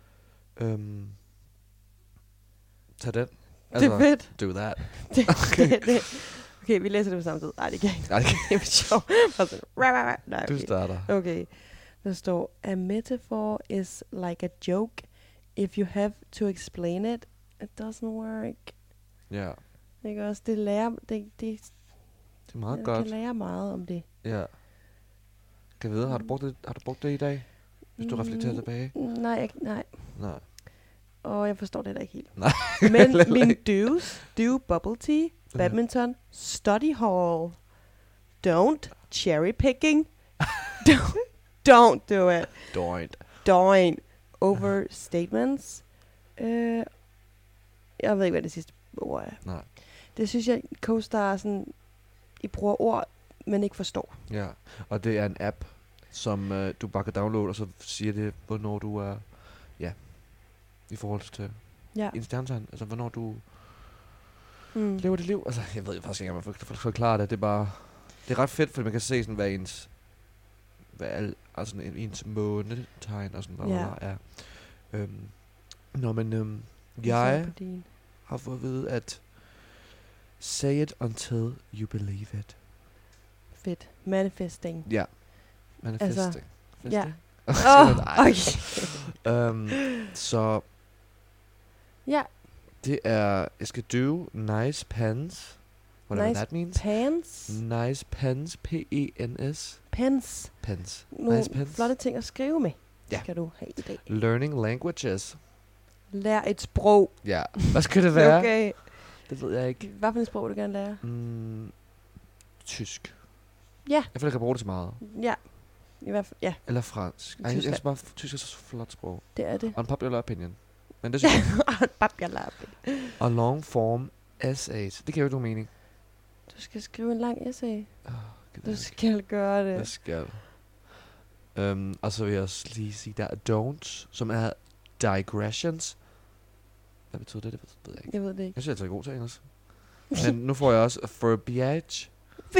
Tag den. Altså, det er fedt. Do that. Okay, vi læser det på samme tid. Nej, det kan ikke. Det er sjovt. Du starter. Okay. Der står, a metaphor is like a joke. If you have to explain it, it doesn't work. Ja. Ikke også? Det lærer... Det er meget godt. Jeg kan lære meget om det. Ja. Kan jeg vide, har du brugt det i dag? Hvis du reflekterer tilbage? Nej. Og jeg forstår det da ikke helt. Nej, Men heller min ikke. do's, do bubble tea, badminton, study hall. Don't cherry picking. Don't do it. Don't overstatements. Jeg ved ikke, hvad det sidste ord er. Nej. Det synes jeg, CoStar sådan, I bruger ord, men ikke forstår. Ja, og det er en app, som du bare kan downloade, og så siger det, hvornår du er, i forhold til en stjernetegn. Altså, hvornår du lever dit liv. Altså, jeg ved faktisk ikke, om man får forklare det. Det er bare, det er ret fedt, fordi man kan se sådan, hvad ens månetegn og sådan, hvad der er. Jeg har fået at vide, at say it until you believe it. Fedt. Manifesting. Ja. Manifesting. Altså, Festing? Okay. Så Ja. det er, jeg skal do nice pens. Whatever Nice that means. Pants. Nice pens. P-E-N-S. Pens. Pens. Nogle Nice pens. flotte ting at skrive med. Ja. Skal du have i dag. Learning languages. Lær et sprog. Ja. Hvad skal det være? Okay. Det ved jeg ikke. Hvad for et sprog vil du gerne lære? Tysk. Ja. Jeg føler, jeg kan bruge det til meget. Ja. I hvert fald, ja. Eller fransk. Ej, jeg synes bare, tysk er så flot sprog. Det er det. Unpopular opinion. Men det synes jeg. Og long form essays. Det kan jo ikke nogen mening. Du skal skrive en lang essay. Du skal gøre det. Jeg skal. Og så vil jeg også lige sige, der er don'ts, som er digressions. Hvad betyder det? Det ved jeg ikke. Jeg ved det ikke. Jeg synes, jeg er god til engelsk. Men nu får jeg også verbiage.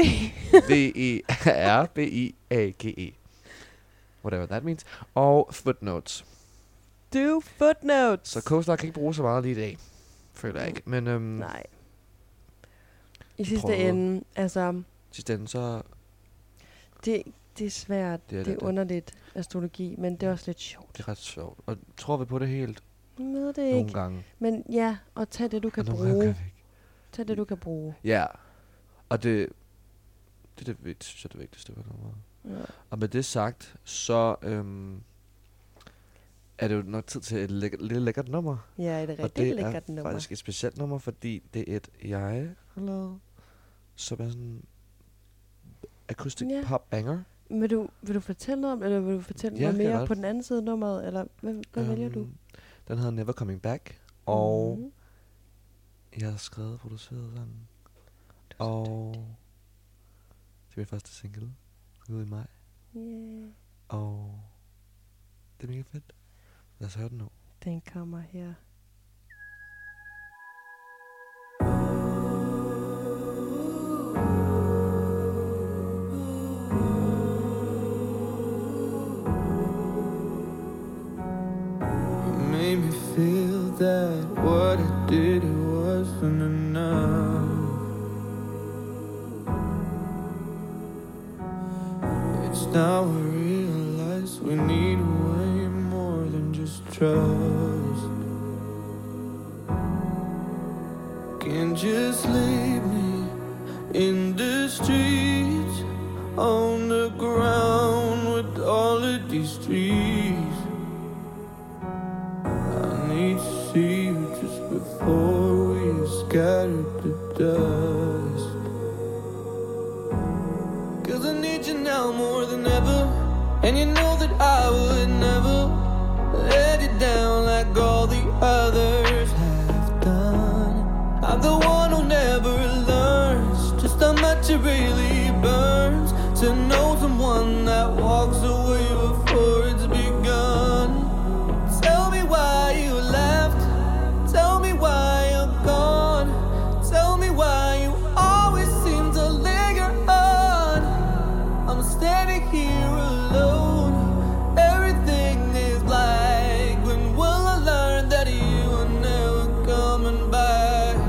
V-E-R-B-I-A-G-E. Whatever that means. Og footnotes. Do footnotes. Så CoStar kan ikke bruge så meget lige i dag. Føler jeg ikke. Men nej. I sidste ende, altså... Sidste ende, så... Det er svært. Det er underligt astrologi, men det er også lidt sjovt. Det er ret sjovt. Og tror vi på det helt? Jeg ved det nogle ikke. gange. Men ja, og tag det, du kan bruge. Tag det, du kan bruge. Ja. Og det synes jeg, det vigtigste på den måde. Ja. Og med det sagt, så er det jo nok tid til et lille lækkert nummer. Ja, et rigtig lækkert nummer. Og det er faktisk et specielt nummer, fordi det er et jeg har lavet, som er sådan acoustic pop banger. Vil du fortælle noget om, eller vil du fortælle noget mere på den anden side af nummeret, eller hvad vælger du? Den hedder Never Coming Back, og jeg har skrevet og produceret den. Og det er min første single ude i maj. Yeah. Og det er mega fedt. Lad os høre den nu. Den kommer her. Made me feel that what I did, it wasn't enough. It's now I realize we need way more than just trust. Can't just leave me in the streets, on the ground with all of these trees. To see you just before we scattered to dust. 'Cause I need you now more than ever, and you know that I would never let you down like all the others have done. I'm the one who never learns just how much it really burns to know someone that walks away before it's begun. Tell me why you left. Tell me why you're gone. Tell me why you always seem to linger on. I'm standing here alone. Everything is black. When will I learn that you are never coming back?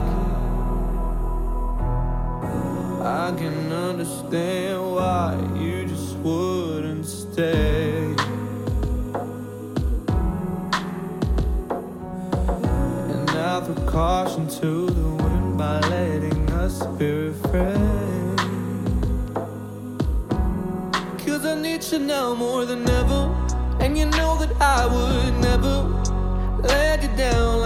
I can understand why you just wouldn't stay. For caution to the wind by letting us be afraid. 'Cause I need you now more than ever, and you know that I would never let you down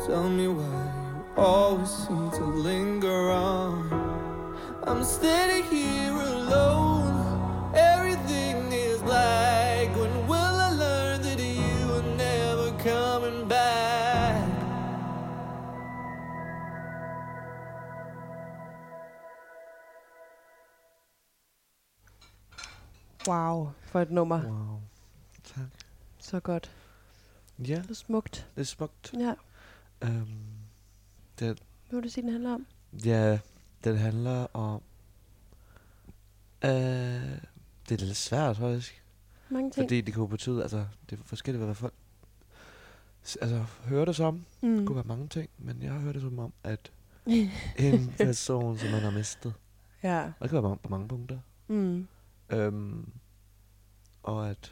Tell me why you always seem to linger on. I'm standing here alone. Everything is black. When will I learn that you are never coming back? Wow, for et nummer. Wow. Tak. Så godt. Ja, Det er smukt. det er smukt. Ja. Det, Hvad vil du sige, den handler om? ja, den handler om... det er lidt svært, faktisk. Mange ting. Fordi det kunne betyde, altså, det er forskelligt, hvad folk hører det som. Det kunne være mange ting, men jeg har hørt det som om, at en person, som man har mistet. Ja. Og det kan være på mange punkter. Og at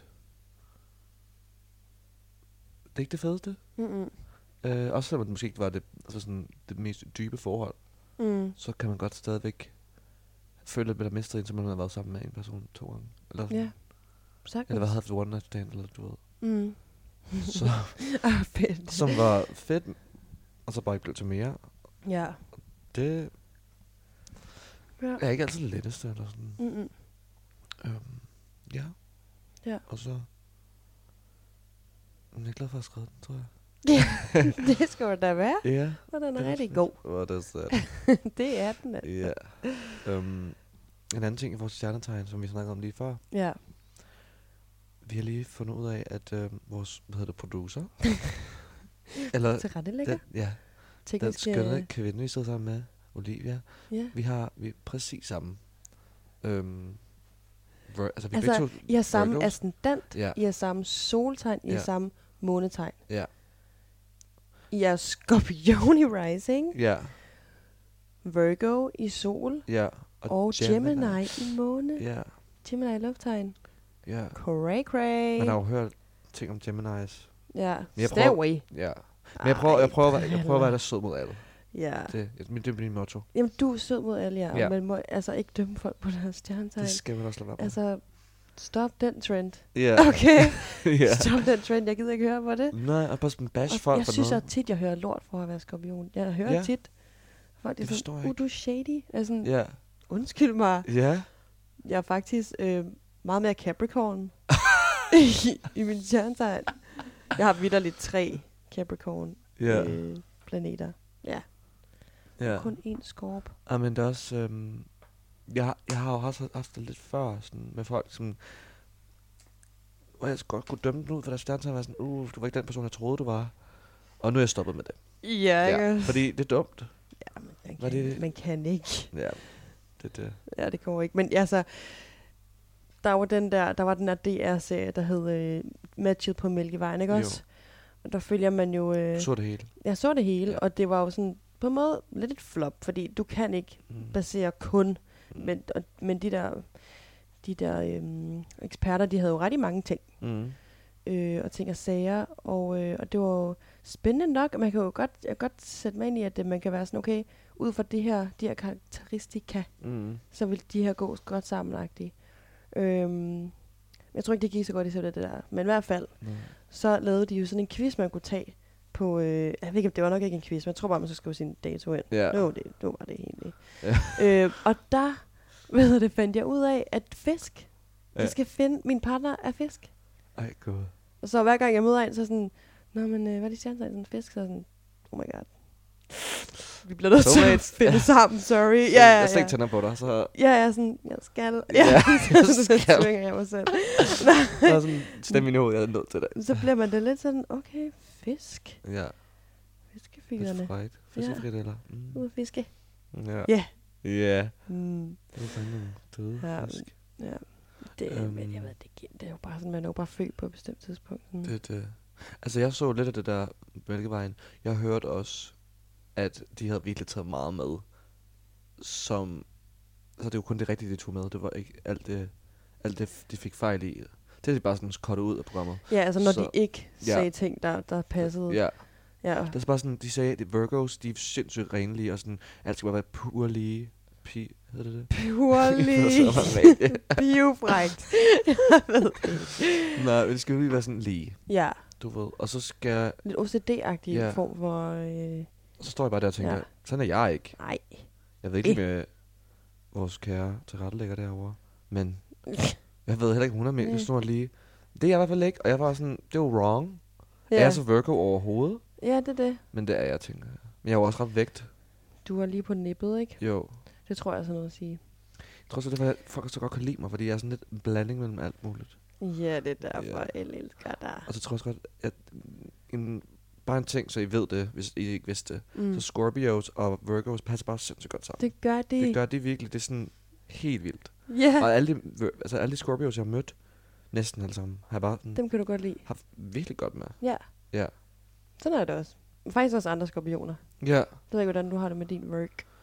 det er ikke det fedeste. Også selvom det måske ikke var det, altså sådan, det mest dybe forhold, så kan man godt stadigvæk føle, at man har mistet en, som man har været sammen med en person 2 gange. Eller, Ja, sagtens. eller hvad havde det, one night stand, eller du ved. Så, fedt. som var fedt, og så bare ikke blev til mere. Ja. Det Ja. er ikke altid det letteste, eller sådan. Ja. Ja. Og så... Jeg er glad for at have skrevet den, tror jeg. Det skal jo da være. Ja. Og den er det rigtig fedt. god. Hvor det er sandt. Det er den altså. Ja. En anden ting i vores stjernetegn, som vi snakkede om lige før. Ja. Vi har lige fundet ud af, at vores, producer. eller Til rette lægger. den, ja, den skønne kvinde, vi sidder sammen med, Olivia. Ja. Vi er præcis samme. Altså, vi Altså, I har samme Virgos. ascendant, Ja. I har samme soltegn, I har Ja. samme månetegn. Ja. I er Skorpion i rising, Ja. Virgo i sol, Ja. og Gemini i måne. Ja. Gemini i lufttegn. Ja. Cray. Man har jo hørt ting om Geminis. Ja, jeg stay prøver- away. Ja. Men jeg prøver at være der sød mod alle. Ja. Det er min motto. Jamen, du er sød mod alle jer, Ja. og man må altså ikke dømme folk på deres stjernetegn. Det skal man også lade være med. Altså, stop den trend. Ja. Okay? Ja. Stop den trend, jeg gider ikke høre på det. Nej, og bare sådan bash Og folk jeg for synes noget. at tit, jeg hører lort for at være skorpion. Jeg hører Ja. tit folk, Det det er forstår jeg sådan, ikke. du er shady. Altså, Ja. undskyld mig. Ja. Jeg er faktisk meget mere Capricorn i min stjernetegn. Jeg har vitterligt 3 Capricorn Ja. planeter. Ja, Ja. kun 1 skorp. Ja, men det er også... jeg har jo også haft det lidt før, sådan, med folk, som... Hvor jeg godt kunne dømme den ud, for deres stjernetegn var sådan, du var ikke den person, jeg troede, du var. Og nu er jeg stoppet med det. Ja, Fordi det er dumt. Ja, men Var det- man kan ikke. Ja, det. Ja, det kommer ikke. Men altså, der var den der DR-serie, der hed Matchet på Mælkevejen, ikke Jo. også? Og der følger man jo... Så det hele. Jeg så det hele, Ja. og det var jo sådan på en måde lidt et flop, fordi du kan ikke basere kun, men de der eksperter, de havde jo ret i mange ting, og ting og sager, og det var jo spændende nok, og man kan jo godt sætte mig ind i, at man kan være sådan, okay, ud fra de her karakteristika, så vil de her gå godt sammenagtigt. Jeg tror ikke, det gik så godt i det der, men i hvert fald, så lavede de jo sådan en quiz, man kunne tage på, jeg ved ikke, det var nok ikke en quiz, men jeg tror bare, man så skrive sin dato ind. Ja. Det var det egentlig. Ja. Og der, fandt jeg ud af, at fisk, jeg skal finde, min partner er fisk. Ej, god. Og så hver gang jeg møder en, så sådan, nå, men hvad er det stjernetegn, sådan en fisk? Så sådan, oh my god. Vi bliver nødt til at finde sammen, sorry. Ja, jeg skal ikke tænder på dig, så... Ja, jeg er sådan, jeg skal. Ja, så svinger jeg mig selv. Så er sådan, stem i hovedet, jeg er nødt til det. Så bliver man da lidt sådan, okay, fisk. Ja. Fiskefigurerne. Fiskefrit, eller? Ud at fiske. Ja. Ja. Ja. Mm. Det var fandme nogle døde Ja, fisk. ja. Men jeg ved, det er jo bare sådan, man er jo bare født på et bestemt tidspunkt. Det. Altså, jeg så lidt af det der Mælkevejen. Jeg hørte også, at de havde virkelig taget meget med, som... Så det var kun det rigtige, de tog med. Det var ikke alt det de fik fejl i. Det er de bare sådan kottet ud af programmet. Ja, altså når Så- de ikke sagde ting, der passede. Ja. Ja. Det er bare sådan, de sagde, at Virgos, de er sindssygt renlige, og sådan, alt skal bare være purlige. Hedder det det? Purely. Biofrægt. Jeg ved det ikke. Nej, det skal jo lige være sådan lige. Ja. du ved. Og så skal jeg... Lidt OCD-agtig Ja. form for... Så står jeg bare der og tænker, Ja. sådan er jeg ikke. Nej. Jeg ved ikke med vores kære tilrettelægger derovre. Men jeg ved heller ikke, hun er mere stor lige. Det er jeg i hvert fald ikke. Og jeg var sådan, det var wrong. Ja. Er jeg så Virgo overhovedet? Ja, det er det. Men det er jeg, tænker jeg. Men jeg er jo også ret vægt. Du er lige på nippet, ikke? Jo. Det tror jeg er sådan noget at sige. Jeg tror så, det er, fordi folk så godt kan lide mig, fordi jeg er sådan lidt en blanding mellem alt muligt. Ja, det er derfor, Ja. jeg elsker dig. Og så tror jeg også godt, at bare en ting, så I ved det, hvis I ikke vidste det. Så Scorpios og Virgos passer bare sindssygt godt sammen. Det gør de. Det gør de virkelig. Det er sådan helt vildt. Ja, Og alle de Scorpios, jeg har mødt, næsten alle sammen, har jeg bare sådan, dem kan du godt lide. haft virkelig godt med. Ja. Ja. Sådan er det også. Faktisk også andre skorpioner. Ja. Jeg ved ikke, hvordan du har det med din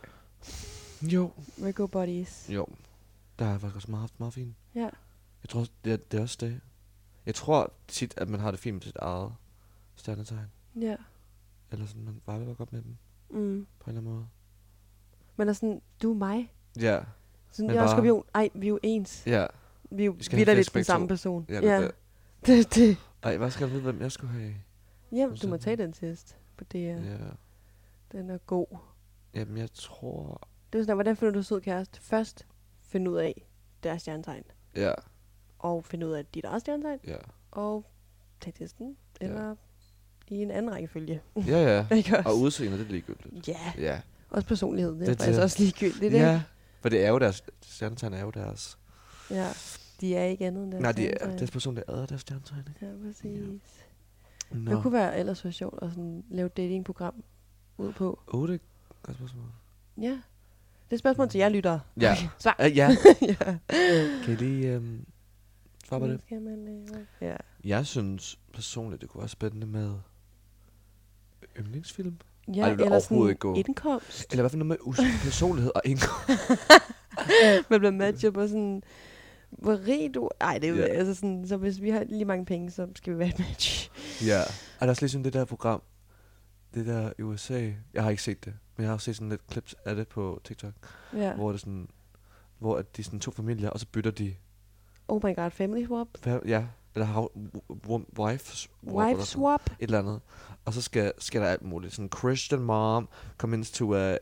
Jo. Virgo buddies. Jo. Der har jeg faktisk også haft meget fint. Ja. Jeg tror, det er også det. Jeg tror tit, at man har det fint med sit eget stjernetegn. Ja. Eller sådan, man viber godt med dem, på en eller anden måde. Men er sådan, du er mig. Ja. Sådan, Men jeg er også bare- skorpion. Ej, vi er jo ens. Ja. Vi er jo Vi skal have vitterligt fest den begge samme to. person. Ja, det er det. det. Ej, hvad skal jeg vide, hvem jeg skulle have? Jamen, du må tage den test. For det er, Ja. den er god. Jamen, jeg tror... Det er sådan, hvordan finder du sød kæreste? Først find ud af deres stjernetegn. Ja. Og find ud af dit eget stjernetegn. Ja. Og tag testen. Ja. Eller i en anden rækkefølge. Ja, ja. Ikke også? Og udseende, det er ligegyldigt. Ja, Ja. også personlighed. Det er Det- faktisk det- også ligegyldigt. Ja. For det er jo deres... Stjernetegn er jo deres... Ja, de er ikke andet end deres Nej, de er stjernetegn. deres person, der er deres stjernetegn, ikke? Ja, præcis. Nå. Det kunne være ellers være sjovt at sådan lave et datingprogram ud på. Det er et godt spørgsmål. Ja. Det er et spørgsmål til jer lyttere. Ja. Svar. Ja. Ja. Kan I lige svare på Hvad det? skal man lave? Ja. Jeg synes personligt, det kunne være spændende med yndlingsfilm. Ja, Ej, det vil eller overhovedet sådan ikke gå. indkomst. Eller hvad for noget med personlighed og indkomst. Man bliver matchet på sådan, hvor rig du... Ej, det er jo Ja. altså sådan, så hvis vi har lige mange penge, så skal vi være et match. Ja. Og der er også ligesom det der program, det der i USA. Jeg har ikke set det, men jeg har også set sådan lidt clips af det på TikTok, Ja. hvor det sådan, hvor at de er sådan to familier, og så bytter de, Oh my god, family swap. ja, eller wife swap, Wife eller sådan swap. et eller andet. Og så sker der alt muligt. Sådan Christian mom comes to a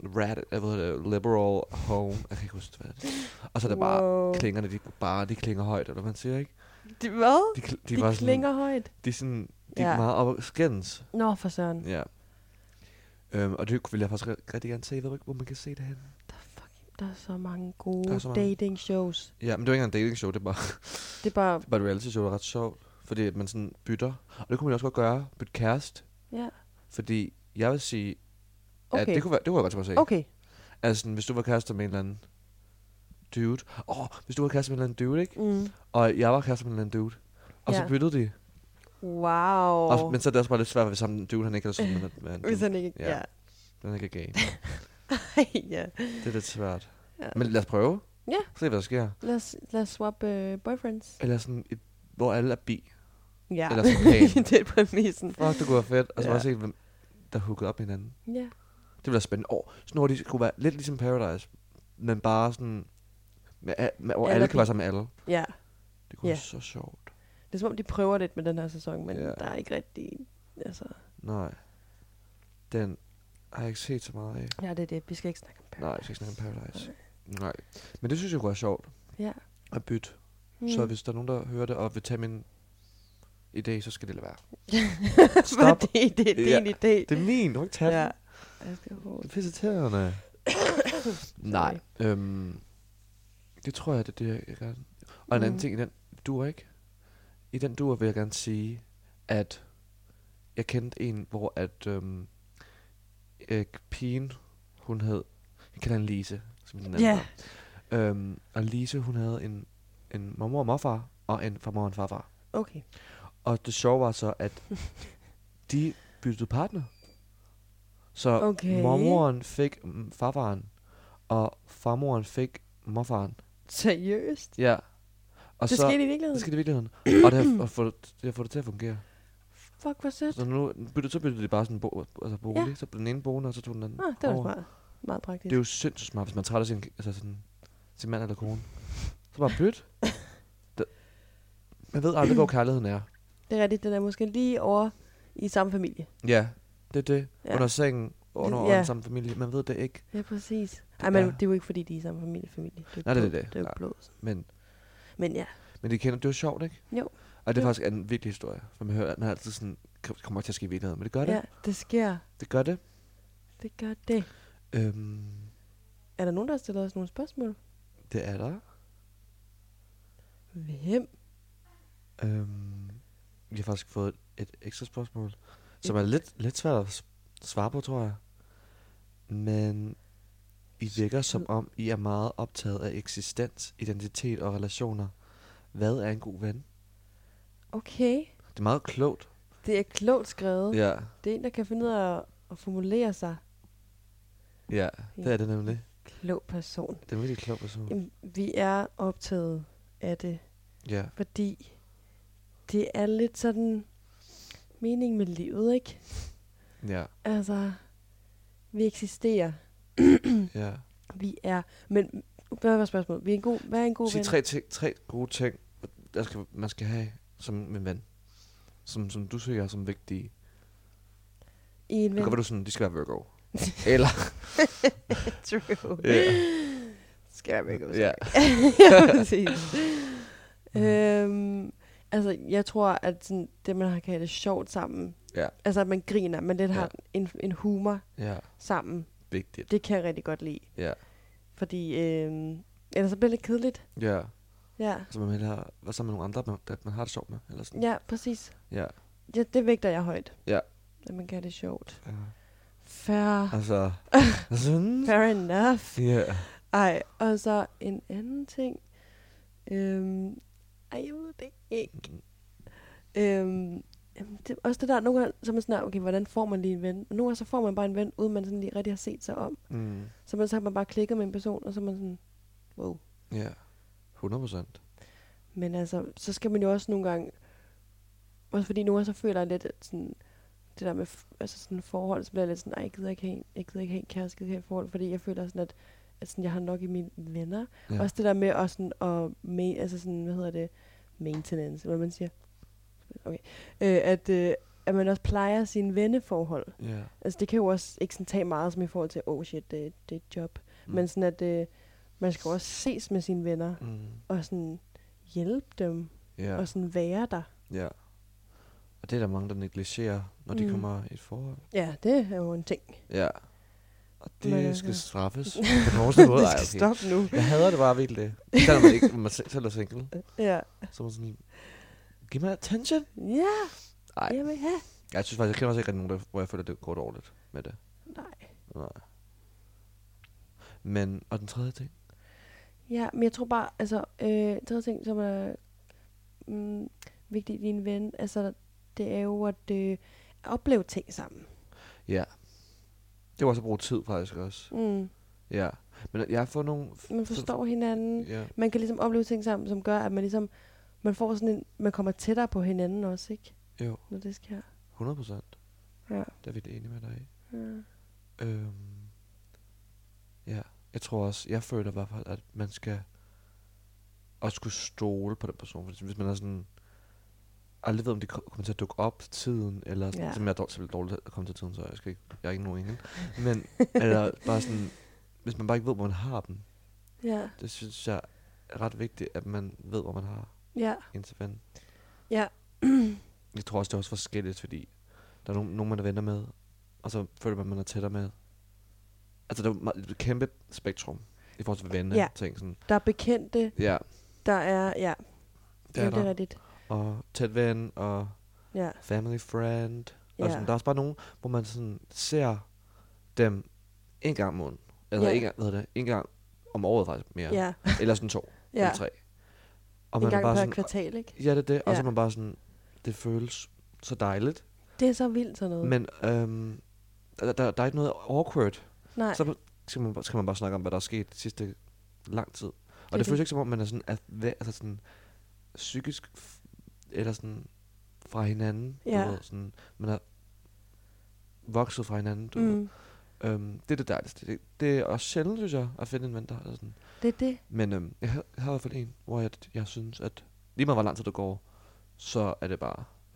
liberal home. Jeg kan ikke huske, hvad det er. Og så er det bare klingerne, de klinger højt, eller hvad man siger, ikke? De, hvad? De var sådan, klinger højt. de er sådan, de er Ja. meget op og skændes. Nå, for søren. Ja. Og det vil jeg faktisk rigtig gerne se. Jeg ved ikke, hvor man kan se det henne. Der er så mange Der gode er så mange. dating shows. Ja, men det er ikke engang en dating show, det er Det er bare, bare et reality show, der er ret sjovt. Fordi at man sådan bytter. Og det kunne man også godt gøre. Bytte kæreste. ja. Fordi jeg vil sige, at Okay. det kunne jeg godt tænke mig at se. Okay. Altså, sådan, hvis du var kærester med en eller anden dude. Hvis du var kærester med en eller anden dude, ikke? Og jeg var kærester med en eller anden dude. Og så Ja. byttede de. Wow. Men så er det også bare lidt svært, hvis ham dude, han ikke er sådan med en Hvis dude. han ikke... Ja. Ja. Den er ikke gay. Ja. Det er lidt svært. Ja. Men lad os prøve. Ja. Se, hvad der sker. Lad os swap boyfriends. Eller sådan et, hvor alle er bi. Ja. Eller sådan pæn. Det er præmissen. Fuck, det kunne være fedt. Og så Ja. bare se, hvem der hookede op med hinanden. Ja. Det ville være spændende. Sådan hvor de kunne være lidt ligesom Paradise. Men bare sådan... hvor Alle alle er kan være bi. sammen med alle. Ja. Det kunne Ja. være så sjovt. Det er som om, de prøver lidt med den her sæson, men Ja. der er ikke rigtig... Altså, Nej. Den har jeg ikke set så meget af. ja, det er det. Vi skal ikke snakke om Nej, jeg skal ikke snakke om Paradise. Nej. Men det synes jeg kunne være sjovt Ja. at bytte. Så hvis der er nogen, der hører det og vil tage min idé, så skal det lade være. Stop. det er din idé. Det er min. Du har ikke taget Ja. den. Jeg skal hårdt. Det er pisseterende. Nej. Det tror jeg, det er det, jeg gerne... Og en anden ting i den duer, ikke? I den duer vil jeg gerne sige, at jeg kendte en, hvor at pigen, hun hed... Jeg kender en Lise, som den anden Ja. var. Og Lise, hun havde en mormor og morfar, og en farmor og en farfar. Okay. Og det sjove var så, at de byttede partner. Så Okay. mormoren fik farfaren, og farmoren fik morfaren. Seriøst? Ja. Og Det så, skete i virkeligheden? det skete i virkeligheden. Og det har fået det til at fungere. Fuck, hvor sødt. Så nu byttede de bare sådan bolig. Ja. Så blev den ene boende, og så tog den anden Ah, det var over. smart. Meget praktisk. Det er jo sindssygt smart, hvis man træder sin mand eller kone. Så bare byt. Man ved aldrig, hvor kærligheden er. Det er rigtigt, den er måske lige over i samme familie. Ja, det er det. Ja. Under sengen, under Ja. den samme familie. Man ved det ikke. Ja, præcis. Ej, men er- det er jo ikke, fordi de er i samme familie. Det Nej, er det er blod. det. Det er jo Nej. blod. Men Men de kender, det er jo sjovt, ikke? Jo. Og det er Jo. faktisk en virkelig historie. For man hører, at man altid sådan, kommer til at ske i virkeligheden. Men det gør det. ja, det sker. Det gør det. Det gør det. Øhm, Er der nogen, der har stillet os nogle spørgsmål? det er der. Hvem? Vi har faktisk fået et ekstra spørgsmål, som er lidt svært at svare på, tror jeg. Men I virker som om, I er meget optaget af eksistens, identitet og relationer. Hvad er en god ven? Okay. Det er meget klogt. Det er klogt skrevet. Ja, Det er en, der kan finde ud af at formulere sig. ja, det er det nemlig. Klog person. Det er en virkelig klog person. Jamen, vi er optaget af det, Ja, fordi det er lidt sådan mening med livet, ikke? ja, Altså, vi eksisterer. ja. Vi er... Men hvad var spørgsmålet? Hvad er en god Sig ven? tre gode ting, man skal have som en ven. Som du ser som vigtige. I en Det ven. kan være, du sådan, de skal være Virgo. Eller, True. ja, Skal jeg ikke ja. Ja, præcis. Altså, jeg tror, at sådan, det, man har kaldt det sjovt sammen, Ja, altså, at man griner, men lidt Ja. har en humor ja, sammen, vigtigt. det kan jeg rigtig godt lide. Ja, Fordi, ellers så bliver det lidt kedeligt. ja. Ja, Så man hellere være sammen med nogle andre, man har det sjovt med. Eller sådan. ja, præcis. Ja. Ja, det vægter jeg højt. Ja. At man kan have det sjovt. Ja. Fair. Altså, sådan. Fair enough. Ja. Ej, og så en anden ting. Jeg ved det ikke. Jamen, det er også det der, nogle gange, så er man sådan, okay, hvordan får man lige en ven? Og nogle gange så får man bare en ven, uden man sådan lige rigtig har set sig om. Mm. Så har man bare klikket med en person, og så er man sådan, wow. Ja. 100%. Men altså, så skal man jo også nogle gange, også fordi nogle gange så føler jeg lidt, at sådan, det der med altså sådan forhold, så bliver jeg lidt sådan, jeg gider ikke have en kæreste, jeg gider ikke have et forhold, fordi jeg føler sådan, at sådan, jeg har nok i mine venner. Ja. Også det der med at sådan, altså sådan, hvad hedder det, maintenance, hvad man siger. Okay. At man også plejer sine venneforhold. Ja. Altså det kan jo også ikke sådan tage meget som i forhold til, shit, det er et job. Mm. Men sådan at man skal også ses med sine venner, Mm. og sådan hjælpe dem, Ja. og sådan være der. Ja. Og det er der mange, der negligerer, når de kommer i et forhold. Ja, det er jo en ting. Ja. Og det Men skal altså- straffes på nogen måde. Det Ej, skal okay. stoppe nu. Jeg hader det bare virkelig. Selvom man ikke man selv er single. Ja. Så er man sådan, giv mig attention. Ja, Ej. jeg vil have. Jeg synes faktisk, jeg kender også ikke rigtig nogen, hvor jeg føler, det går dårligt med det. Nej. Men, og den tredje ting? Ja, men jeg tror bare, altså, tredje ting, som er vigtigt i en ven, altså, det er jo at opleve ting sammen. Ja. Det var også at bruge tid faktisk også. Mm. Ja. Men jeg har fået nogle... Man forstår hinanden. Ja. Man kan ligesom opleve ting sammen, som gør, at man ligesom, man får sådan en, man kommer tættere på hinanden også, ikke? Jo. Når det sker. 100%. Ja. Det er vi enige med dig i. Ja. Ja. Jeg tror også, jeg føler i hvert fald, at man skal også kunne stole på den person. Hvis man er sådan, aldrig ved, om de kommer til at dukke op til tiden, eller sådan, Ja. som jeg er simpelthen dårligt at komme til tiden, så jeg er ikke nogen engel. Men, eller bare sådan, hvis man bare ikke ved, hvor man har dem. Ja. Det synes jeg er ret vigtigt, at man ved, hvor man har Ja. en til ven. Ja. Jeg tror også, det er også forskelligt, fordi der er nogen man er venner med, og så føler man er tættere med. Altså, der er et kæmpe spektrum i forhold til venner. Ja. Ting, sådan. Der er bekendte, Ja, der er, ja. det er Jamen, det er der. rigtigt. Og tæt ven, og Ja. family friend. Og Ja. sådan. Der er også bare nogen, hvor man sådan ser dem en gang om måneden. Eller Ja. en gang om året faktisk mere. Ja. Eller sådan 2 Ja. eller 3. Og En man er gang bare per sådan, kvartal, ikke? ja, det er det. Og så Ja. er man bare sådan, det føles så dejligt. Det er så vildt sådan noget. Men der er ikke noget awkward. Nej. Så skal man bare snakke om, hvad der er sket de sidste lang tid. Og er det føles det. ikke som om, man er sådan, altså sådan psykisk, eller sådan fra hinanden. Ja. Du ved, sådan, man er vokset fra hinanden. Du ved. Det er det dejligste. Det er også sjældent, synes jeg, at finde en ven, der er sådan. Det er det. Men jeg har i hvert fald en, hvor jeg synes, at lige meget hvor lang tid det går, så er det bare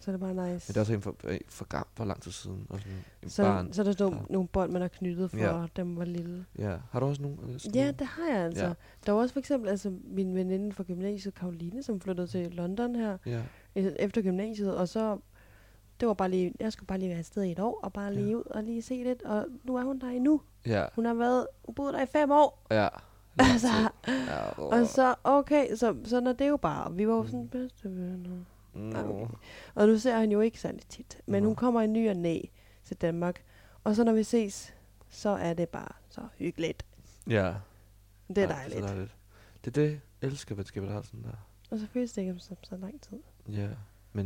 Så er det bare nice. Men det er også for lang tid siden. Og sådan, så der stod nogle bånd, man har knyttet for dem var lille. Ja. Har du også nogle? Ja, det har jeg altså. Ja. Der var også for eksempel min veninde fra gymnasiet, Karoline, som flyttede til London her. Ja. Efter gymnasiet, og så det var bare lige, jeg skulle bare lige være afsted i et år, og bare lige ud og lige se lidt, og nu er hun der endnu. Ja. Hun boet der i 5 år. Ja. Altså, ja. og så, okay, så når det er jo bare, vi var jo sådan bedste venner. Okay. Og nu ser han jo ikke særlig tit, men hun kommer i ny og næ til Danmark, og så når vi ses, så er det bare så hyggeligt. Ja. Det er dejligt. Det er dejligt. Det er det, jeg elsker venskaber, der har sådan der. Og så føles det ikke om så lang tid. Ja, men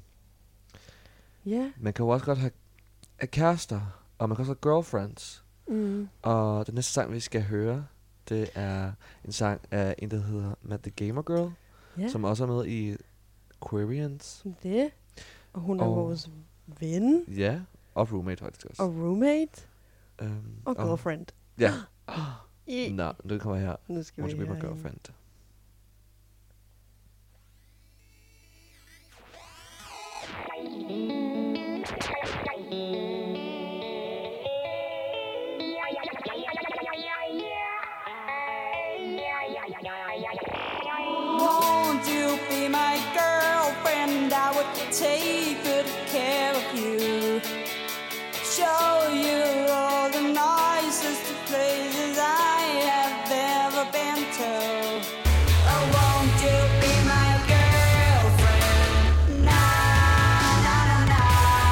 Ja. man kan jo også godt have kærester, og man kan også have girlfriends. Og den næste sang, vi skal høre, det er en sang af en, der hedder Matt the Gamer Girl, som også er med i Quarians. Det. Og hun er vores ven. Ja, og roommate faktisk også. Og roommate. Og girlfriend. Ja. Nå, nu kommer her. Nu skal Won't vi You Be My høre Girlfriend. Won't you be my girlfriend? I would take good care of you. Show you all the nicest places I have ever been to. Oh, won't you be my girlfriend? Na, na, na, na.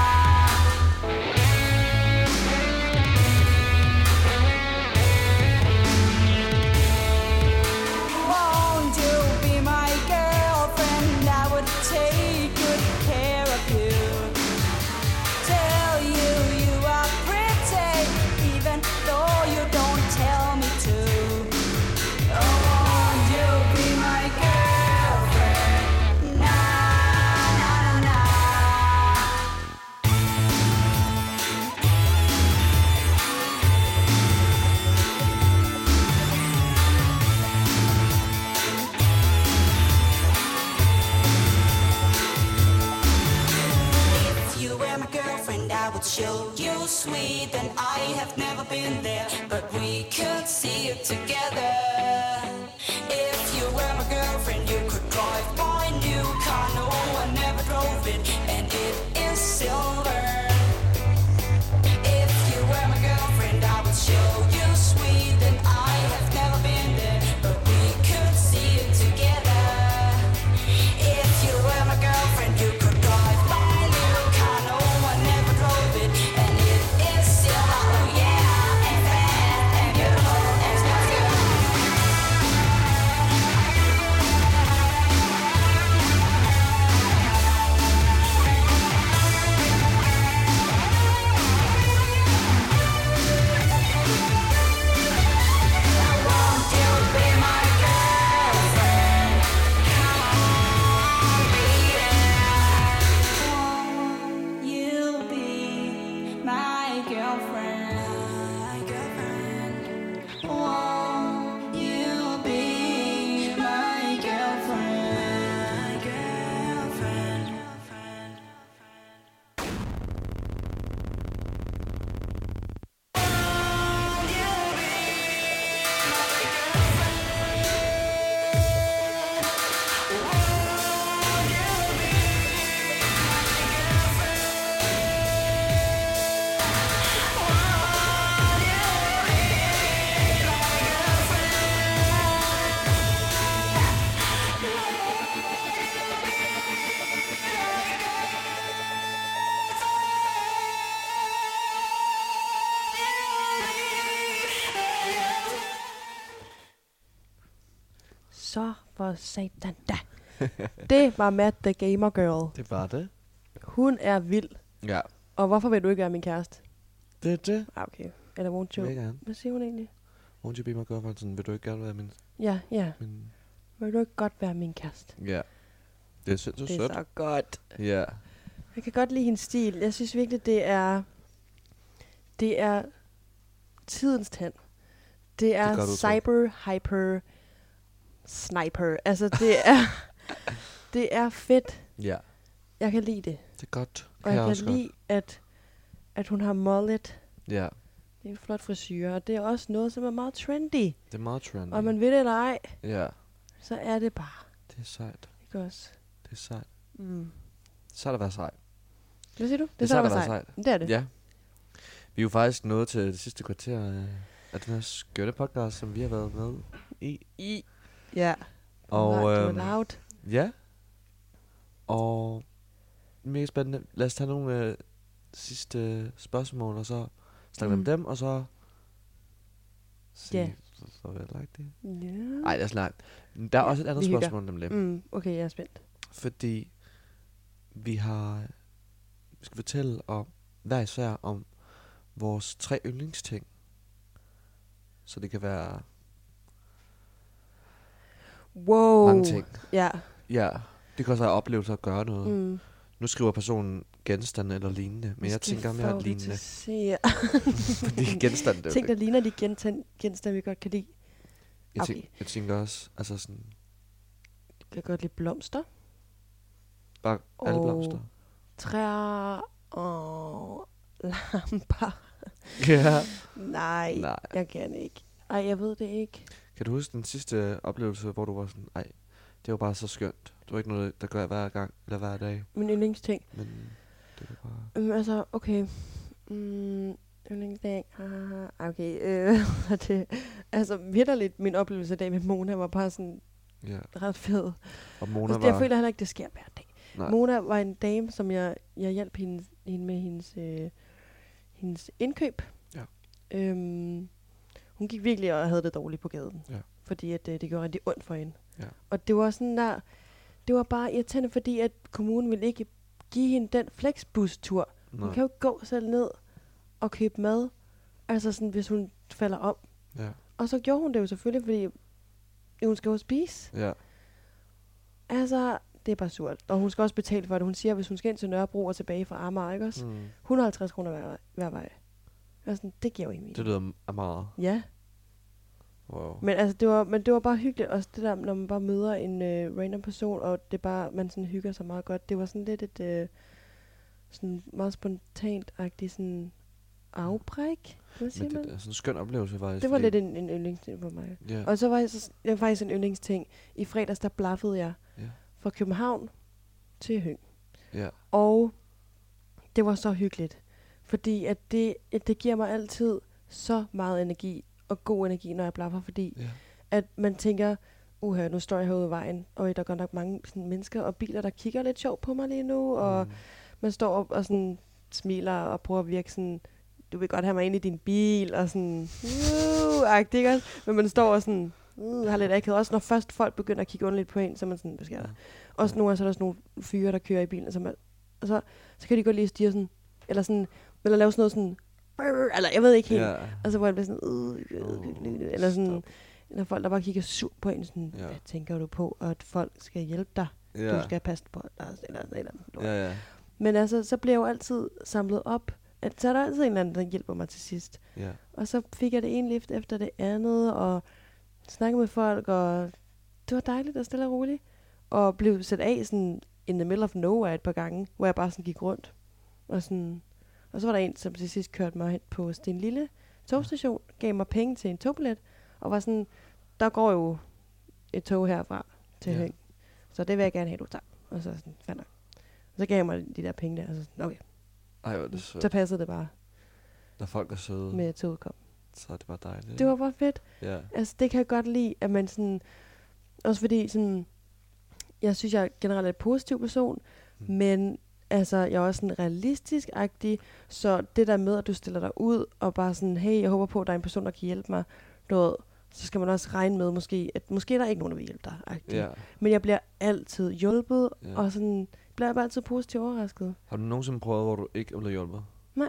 Won't you be my girlfriend? I would take good care of you. Tell you you are pretty, even though you don't tell me to. Oh, won't you be my girlfriend? Na, na, na, na. If you were my girlfriend, I would show you sweet, and I have never been there, but we could see it together. If you were my girlfriend, you could drive my new car. No, I never drove it, and it is silver. If you were my girlfriend, I would show you sweet, and I have never been there, but we could see it together. If you were my girlfriend, you could drive my new car. No, I never drove it, and it is silver. Oh yeah, and fast and beautiful and smells good. Won't you be my girlfriend? Come on, beat it. Won't you be my girlfriend? Won't you be my girlfriend? Så for satan da. Det var Matt the Gamer Girl. Det var det. Hun er vild. Ja. Og hvorfor vil du ikke være min kæreste? Det er det. Ah, okay. Eller won't you? Vil jeg gerne. Hvad siger hun egentlig? Won't you be my girlfriend? Sådan, vil du ikke gerne være min... Ja. min... Vil du ikke godt være min kæreste? Ja. Det er sindssygt Det er sødt. så godt. Ja. Jeg kan godt lide hendes stil. Jeg synes virkelig, det er tidens tand. Det er godt udtryk. cyber, hyper, sniper. Altså, det er fedt. Ja. Jeg kan lide det. Det er godt. Og jeg også kan lide, at hun har mullet. Ja, Det er en flot frisyr, og det er også noget, som er meget trendy. det er meget trendy. Og man vil det eller ej, Ja, så er det bare. det er sejt. Ikke også? Det er sejt. Mm. Så er der været sejt. Hvad siger du? Det er så sejt er at der være sejt. sejt. Det er det. Ja. Vi er jo faktisk nået til det sidste kvarter af den her skønne podcast, som vi har været med i. Ja. Og Loud. ja. Og mega spændende. Lad os tage nogle sidste spørgsmål, og så snakke om dem, og så sige, så vil jeg like det. Ja. Nej, lad os lade. Der er også et andet spørgsmål nemlig. Okay, jeg er spændt. Fordi vi skal fortælle om hver især om vores 3 yndlingsting. Så det kan være mange ting. Ja. Ja, det kan også være oplevelser at gøre noget. Nu skriver personen genstande eller lignende, men jeg tænker mere lignende. Fordi genstande det er ting, der ligner de genstande, vi godt kan lide. Jeg tænker også, altså sådan... Jeg kan godt lide blomster. Bare alle blomster. Træer og lamper. Ja. Nej, jeg kan ikke. Ej, jeg ved det ikke. Kan du huske den sidste oplevelse, hvor du var sådan, ej, det var bare så skønt. Det var ikke noget, der gør hver gang eller hver dag. Min yndlingsting. Men det var bare... Altså, okay. Yndlingsting. Okay. Det, altså, vitterligt, min oplevelse i dag med Mona var bare sådan ret fed. Og Mona altså, jeg føler heller ikke, det sker hver dag. Nej. Mona var en dame, som jeg hjalp hende med hendes indkøb. Ja. Hun gik virkelig og havde det dårligt på gaden. Ja. Fordi at, det gjorde rigtig ondt for hende. Ja. Og det var sådan der... Det var bare irriterende, fordi at kommunen ville ikke give hende den flexbus-tur. Hun kan jo gå selv ned og købe mad. Altså sådan, hvis hun falder om. Ja. Og så gjorde hun det jo selvfølgelig, fordi hun skal jo spise. Ja. Altså... Det er bare surt. Og hun skal også betale for det. Hun siger, at hvis hun skal ind til Nørrebro og tilbage fra Amager, ikke også? 150 kroner hver vej. Altså, det giver jo ikke mening. Det lyder meget. Ja. Wow. Men altså, det var bare hyggeligt. Også det der, når man bare møder en random person, og det bare, man sådan hygger sig meget godt. Det var sådan lidt et sådan meget spontant-agtigt sådan afbræk. Hvad siger man? Det er sådan en skøn oplevelse, faktisk. Det var lidt en yndlingsting for mig. Yeah. Og så var det faktisk en yndlingsting. I fredags, der blaffede jeg. Yeah. Fra København til Høng. Ja. Og det var så hyggeligt. Fordi at det giver mig altid så meget energi, og god energi, når jeg blaffer. Fordi at man tænker, nu står jeg herude i vejen, og der er godt nok mange sådan, mennesker og biler, der kigger lidt sjovt på mig lige nu. Og man står op og sådan smiler og prøver at virke sådan, du vil godt have mig ind i din bil, og sådan, agtigt, ikke? Men man står og sådan... har lidt akavet. Også når først folk begynder at kigge underligt på en, så er man sådan, hvad sker der? Også nogle gange, så er der sådan nogle fyre, der kører i bilen, og så kan de godt lige stige sådan, eller lave sådan noget sådan, eller jeg ved ikke helt, altså hvor jeg bliver sådan, eller sådan, eller folk, der bare kigger sur på en, sådan, hvad tænker du på, at folk skal hjælpe dig, du skal passe på dig, eller. Men altså, så bliver jeg jo altid samlet op, at så er der altid en eller anden, der hjælper mig til sidst. Og så fik jeg det ene lift efter det andet, og snakke med folk, og det var dejligt og stille og roligt. Og blev sat af sådan in the middle of nowhere et par gange, hvor jeg bare sådan gik rundt. Og så var der en, som til sidst kørte mig hen på Sten Lille togstation, gav mig penge til en togbillet, og var sådan, der går jo et tog herfra til Høng. Så det vil jeg gerne have, du tager. Og så sådan, fandt jeg. Og så gav jeg mig de der penge der, og så sådan, okay. Ej, hvor er det sødt. Så passede det bare. Når folk er søde. Med toget kom. Så er det bare dejligt. Det var bare fedt. Ja. Altså, det kan jeg godt lide, at man sådan... Også fordi sådan... Jeg synes, jeg er generelt en positiv person, men altså, jeg er også sådan realistisk-agtig, så det der med, at du stiller dig ud, og bare sådan, hey, jeg håber på, at der er en person, der kan hjælpe mig, så skal man også regne med, måske er der ikke nogen, der vil hjælpe dig. Ja. Men jeg bliver altid hjulpet, og sådan, bliver jeg bare altid positivt overrasket. Har du nogensinde prøvet, hvor du ikke er blevet hjulpet? Nej.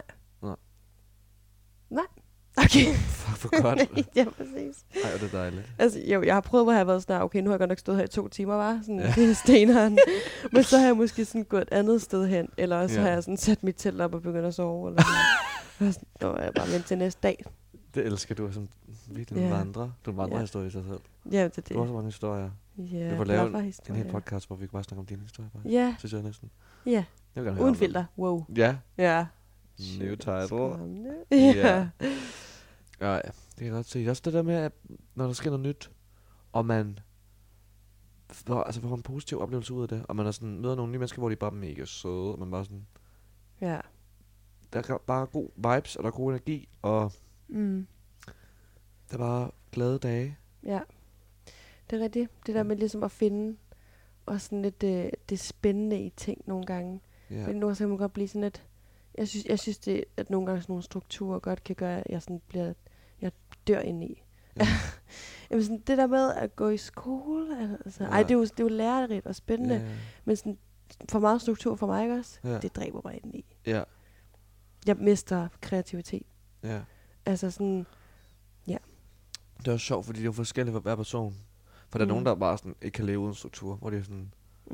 Okay. Fuck, for godt. Ja, præcis. Ej, det er dejligt. Altså, jo, jeg har prøvet at have været sådan, okay, nu har jeg godt nok stået her i 2 timer, var sådan, det er steneren. Men så har jeg måske sådan gået et andet sted hen, eller også har jeg sådan sat mit telt op og begyndt at sove, eller sådan. Så er jeg bare vendt til næste dag. Det elsker du, som virkelig vandrer. Du vandrer historie i sig selv. Ja, det er det. Du har så mange historier. Ja, vi får lave en hel podcast, hvor vi kan bare snakke om dine historier. Bare. Ja. Synes jeg næsten. Ja, Jeg vil gerne høre Uden om filter. Wow. dem. Ja. Ja. New title. Skræmmende. Ja. Ja, det kan jeg godt se. Også det der med, at når der sker noget nyt, og man får en positiv oplevelse ud af det, og man er sådan, møder nogle nye mennesker, hvor de er bare mega søde, og man bare sådan, Ja. der er bare god vibes, og der er god energi, og der er bare glade dage. Ja. Det er rigtigt. Det der med ligesom at finde og sådan lidt det spændende i ting nogle gange. Ja. Men nu kan man godt blive sådan lidt... Jeg synes det, at nogle gange sådan nogle strukturer godt kan gøre, at jeg sådan jeg dør ind i. Ja. Jamen sådan det der med at gå i skole, altså, Ja. det er jo lærerigt og spændende, Ja. men sådan for meget struktur for mig, ikke også? Ja. Det dræber mig ind i. Ja. Jeg mister kreativitet. Ja. Altså sådan, Det er også sjovt, fordi det er jo forskelligt for hver person. For der er nogen, der bare sådan ikke kan leve uden struktur, hvor det er sådan,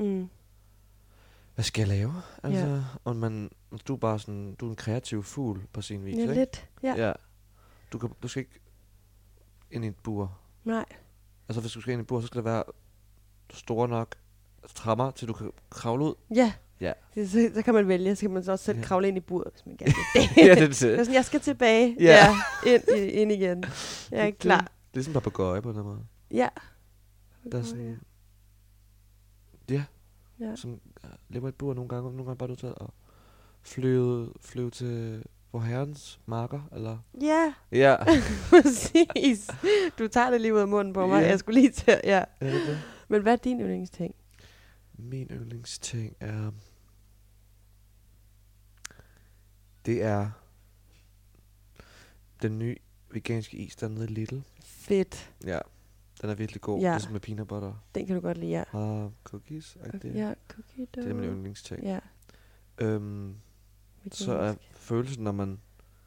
hvad skal jeg lave? Altså, Ja. og du er bare sådan, du er en kreativ fugl på sin vis, ja, ikke? lidt. Ja. Ja. Du skal ikke ind i et bur. Nej. Altså, hvis du skal ind i et bur, så skal der være store nok trapper, til du kan kravle ud. Ja. Ja. Så kan man vælge, så kan man så også selv Ja. kravle ind i buret, hvis man gerne vil det. Ja, det er det. Det er sådan, jeg skal tilbage. Ja. Ind igen. Jeg er klar. Det er sådan en papegøje på den måde. Ja. Der er sådan, ja, Ja. som lever i et bur nogle gange bare nødt til at flyve til vor herrens marker, eller? Ja, Ja. præcis. Du tager det lige ud af munden på mig. Ja. Jeg skulle lige til, ja. Er det det? Men hvad er din yndlingsting? Min yndlingsting er... Det er den nye veganske is, der er nede i Lidl. Fedt. Ja, den er virkelig god. Ja. Ligesom med peanut butter Den kan du godt lide, ja. og cookies. Det. Ja, cookie dough. Det er min yndlingsting. Ja. Så er følelsen, når man...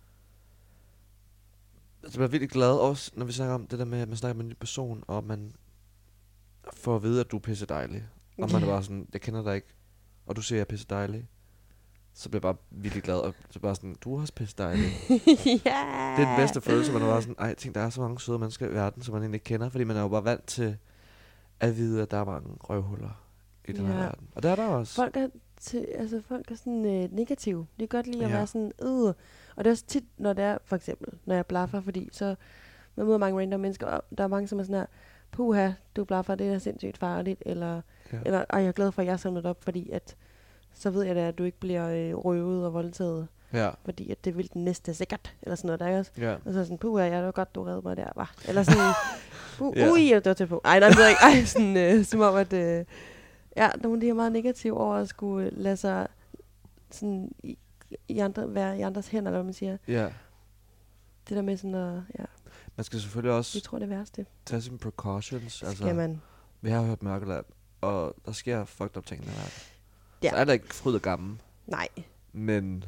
Altså, man er virkelig glad også, når vi snakker om det der med, at man snakker med en ny person, og man får at vide, at du er pisse dejlig. Og man er bare sådan, jeg kender dig ikke, og du siger, at jeg er pisse dejlig. Så bliver jeg bare virkelig glad, og så bare sådan, du er også pisse dejlig. Ja. Det er den bedste følelse, man er bare sådan, ej, tænk, der er så mange søde mennesker i verden, som man egentlig ikke kender, fordi man er jo bare vant til at vide, at der er mange røvhuller i den her Ja. verden. Og der er der også. Folk er sådan negative. De kan godt lide at Ja. være sådan, Og det er også tit, når det er, for eksempel, når jeg blaffer, fordi så man møder mange random mennesker, og der er mange, som er sådan her, puha, du blaffer, det er sindssygt farligt, eller jeg er glad for, at jeg samler det op, fordi at, så ved jeg da, at du ikke bliver røvet og voldtaget, Ja. fordi at det vil den næste sikkert, eller sådan noget, der er også. Ja. Og så er sådan, puha, jeg er godt, du reddede mig der, var. Eller sådan, Ja. jeg dør til på. Ej, nej, det ved jeg ikke. Ej, sådan, som om, at ja, nogle af de er meget negative over at skulle lade sig sådan være i andres hænder, eller hvad man siger. Ja. Det der med sådan at, ja, Man skal selvfølgelig også jeg tror det er værste. tage sine precautions. Skal man. Vi har hørt Mørkeland, og der sker fucked up ting i den her verden. Ja. Så er der ikke fryd og gammel, Nej. men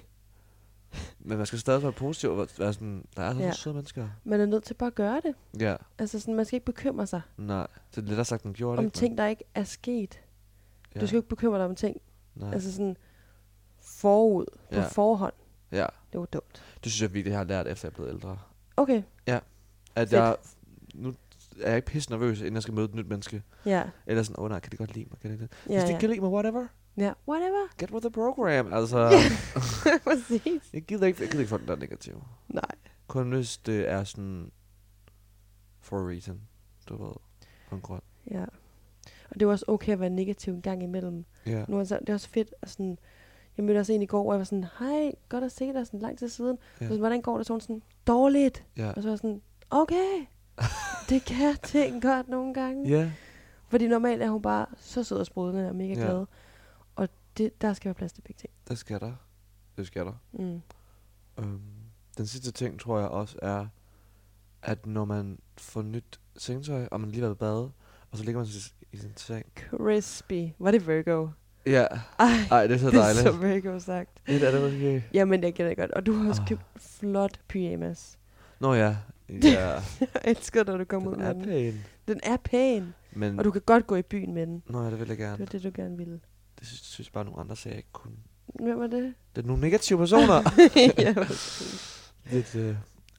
man skal stadig være positiv og være sådan, der er sådan Ja. søde mennesker. Man er nødt til bare at gøre det. Ja, Altså sådan, man skal ikke bekymre sig nej, det er lettere sagt end gjort, om ikke? ting, der ikke er sket. Ja. Du skal ikke bekymre dig om ting, Nej. altså sådan forud, på Ja. forhånd. Ja, Det var dumt. det synes jeg virkelig, jeg har lært, efter jeg er blevet ældre. Okay, At Fedt. jeg, nu er jeg ikke pisse nervøs, inden jeg skal møde et nyt menneske. ja. Eller sådan, nej, kan de godt lide mig, kan de det? Ja, Hvis de ja. ikke kan lide mig, whatever. Ja, whatever. Get with the program, altså. Præcis. Jeg gider ikke folk, der er negative. Nej. Kun hvis det er sådan, for a reason, du ved, på en grund. Ja. Og det var også okay at være negativ en gang imellem. Ja. Nu er det er også fedt at sådan, jeg mødte også en i går, hvor jeg var sådan, hej, godt at se dig sådan lang tid siden. Ja. Ja. Hvordan går det? Så var hun sådan, dårligt. Ja. Og så var jeg sådan, okay, det kan ting godt nogle gange. Ja. Fordi normalt er hun bare så sød og sprudlende og mega Ja. glad. Og der skal være plads til begge ting. Det skal der. Det skal der. Mm. Den sidste ting, tror jeg også er, at når man får nyt sengetøj, og man lige har været i bade, og så ligger man i sin seng. Crispy. Var det Virgo? Ja. Ej, det er så det er dejligt. så Virgo sagt. Det er det måske. Jamen, jeg kender det godt. Og du har også Ah. købt flot pyjamas. Nå ja. Ja. Jeg elsker, når du kommer ud Den med er den. pæn. Den er pæn. Men, Og du kan godt gå i byen med den. nå ja, det vil jeg Det gerne. var det, du gerne ville. Det synes bare nogle andre sagde, jeg ikke kunne. Hvem var det? Det er nogle negative personer. Ja, Lidt,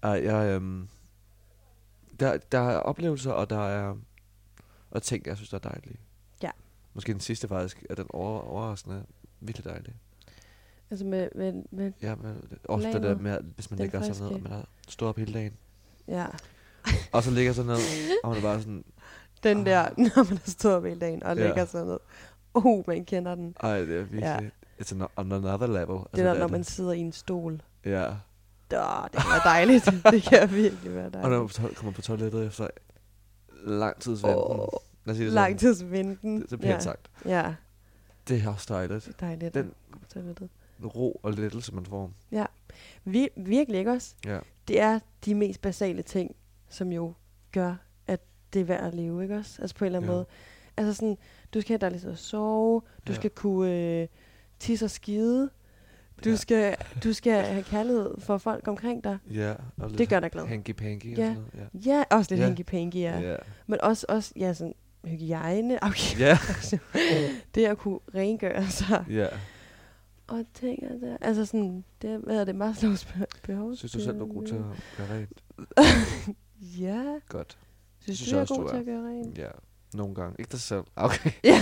der er oplevelser, og der er ting, jeg synes, der er dejlige. Ja. Måske den sidste faktisk, er den overraskende virkelig dejligt. Altså med Ja, men ofte det der med, hvis man Den ligger sådan friske. ned, og man har stået op hele dagen, ja, og så ligger sådan ned, og man er bare sådan, den der, når man har stået op hele dagen og Ja. ligger sådan noget. Man kender den. ej, det er virkelig, Ja. it's on another level. Det der, når man sidder i en stol. Ja, Det kan være dejligt. Det kan virkelig være og når dejligt. man kommer på toilettet efter lang tids venten. Lad os sige det Lang sådan. tidsvinden. Det er pænt sagt. Ja, Det er også dejligt. det er dejligt. Den- På toilettet. Ro og lettelse, man får. Virkelig ikke også? Ja. Det er de mest basale ting, som jo gør, at det er værd at leve, ikke også? Altså på en eller anden Ja. måde. Altså sådan, du skal have dejligt at sove, du Ja. skal kunne tisse og skide, du skal have kærlighed for folk omkring dig. Ja, og lidt Det gør dig glad. hanky-panky Ja. og sådan noget. Ja, også lidt Ja. hanky-panky, ja. Ja. Men også ja, sådan hygiejne. Okay. Ja. Det at kunne rengøre sig. Ja. Og ting og der. Altså sådan, det, hvad er det, Maslows behov? Synes du selv, du er god til at gøre rent? Ja. Godt. Synes synes du, jeg er også, god du til er. at gøre rent? Ja, nogle gange. Ikke dig selv. Okay. Ja.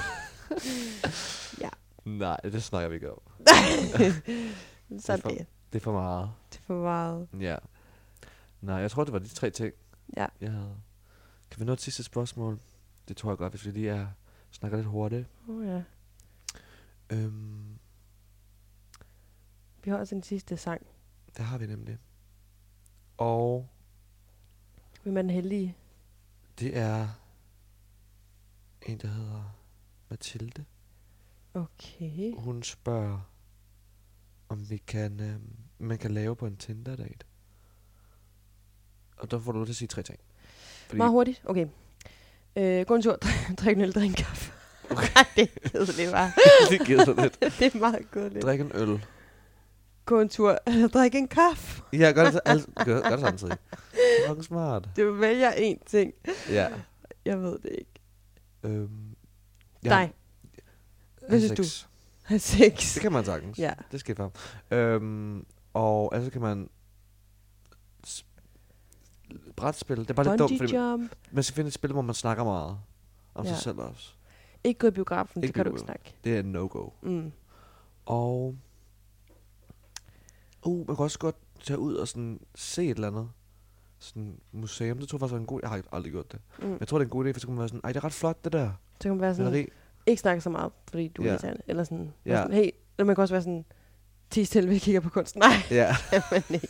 Ja. Nej, det snakker vi ikke om. Sådan for- det. Det er for meget. Det er for meget. Ja. Nej, jeg tror, det var de 3 ting, Ja. jeg havde. Kan vi nå et sidste spørgsmål? Det tror jeg godt, hvis vi lige snakker lidt hurtigt. Ja. Øhm, Vi har også en sidste sang. det har vi nemlig. Og Hvem er den heldige? det er en, der hedder Mathilde. Okay. Hun spørger, om vi kan, man kan lave på en Tinder-date. Og der får du lov til at sige 3 ting. Fordi, Meget hurtigt. Okay. Gå en tur, drik en øl, drik en kaffe. Okay. Det er kedeligt, bare. det gider lidt. Det er meget kedeligt. Drik en øl. Gå en tur, drik en kaffe. Ja, gør det samtidig. Det er nok smart. Du vælger én ting. Ja. Jeg ved det ikke. Ja, Dig. Hvad synes du? sex. Have sex. Det kan man sagtens. Ja. Det skal frem. Og altså kan man brætspil. Det er bare lidt dumt, Bungee fordi jump. man skal finde et spil, hvor man snakker meget om Ja. sig selv også. Ikke gå i biografen, Ikke det kan du gå i ikke snakke. Det er en no-go. Mm. Og man kan også godt tage ud og sådan se et eller andet. Sådan museum. Det tror jeg faktisk er en god. Jeg har aldrig gjort det. Men jeg tror, det er en god idé, for så kan man være sådan, ej, det er ret flot, det der. Så kan man være sådan, Maleri. ikke snakke så meget, fordi du er Ja. irriterende. Eller sådan, Ja. være sådan, hey, eller man kan også være sådan, tis til, vi kigger på kunst. Nej, Ja. kan man ikke.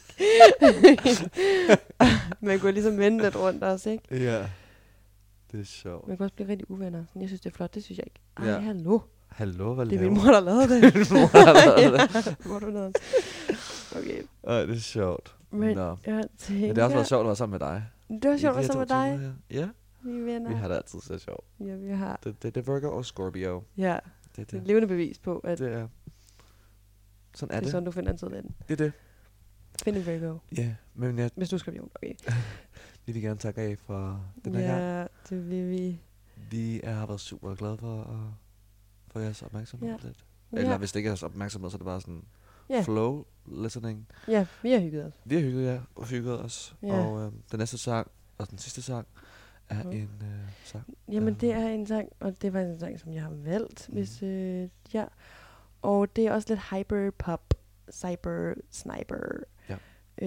Man kunne ligesom vende lidt rundt også, ikke? Ja. Det er sjovt. Man kan også blive rigtig uvenner. Sådan, jeg synes, det er flot, det synes jeg ikke. Ej, Ja. hallo. Hallo, hvad Det er laver min mor, der lavede det. Min mor har lavet det. Hvor er du nede? Okay. Ej, det er sjovt. Men Nå. jeg tænker... Men det har også været sjovt at være sammen med dig. Det var sjovt at være I de her sammen 2 med dig. timer her. Ja, Vi er venner. vi har det altid så sjovt. Ja, vi har. Det er Virgo og Scorpio. Ja, Det er det er et det. levende bevis på, at Det er. Sådan er det er det. sådan, du finder en sød ven. Det er det. Find en Virgo, Ja, men jeg hvis du er skorpion. Okay. vil gerne takke af for den her gang. Ja, det vil vi. Vi har været super glade for jeres opmærksomhed Ja. lidt. Eller Ja. hvis det ikke er jeres opmærksomhed, så er det bare sådan Ja. flow listening. Ja, vi har hygget os. Vi har hygget os. Ja. Og den næste sang, og den sidste sang, er Mhm. en sang. Jamen, det er en sang, og det var en sang, som jeg har valgt, hvis, ja. Og det er også lidt hyperpop, sniper. Ja.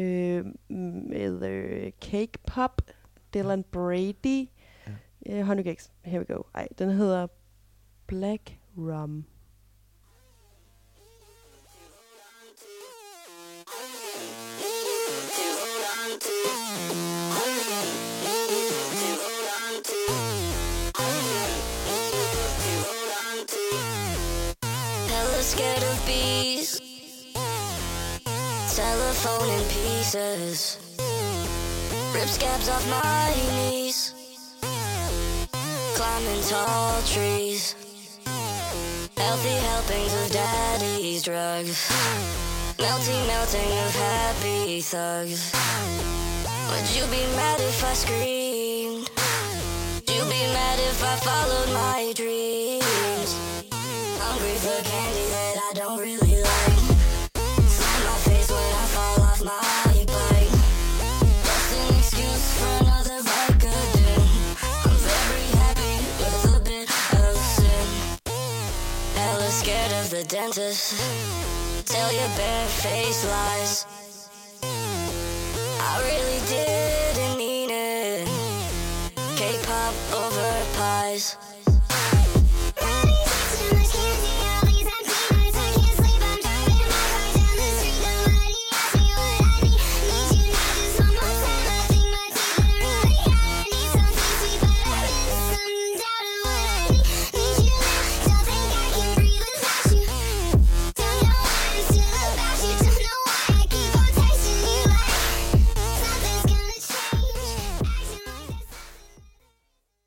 Med Cake Pop, Dylan Brady, Honey Cakes, here we go. Ej, den hedder Black Rum. Hella scared of bees. Telephone in pieces. Rip scabs off my knees. Climbing tall trees. Healthy helpings of daddy's drugs. Melting of happy thugs. Would you be mad if I screamed? Would you be mad if I followed my dreams? Hungry for candy that I don't really like. Slap my face when I fall off my bike. Just an excuse for another bike again. I'm very happy with a bit of sin. Hella scared of the dentist. Tell your bare-faced lies. I really didn't mean it. K-pop over pies.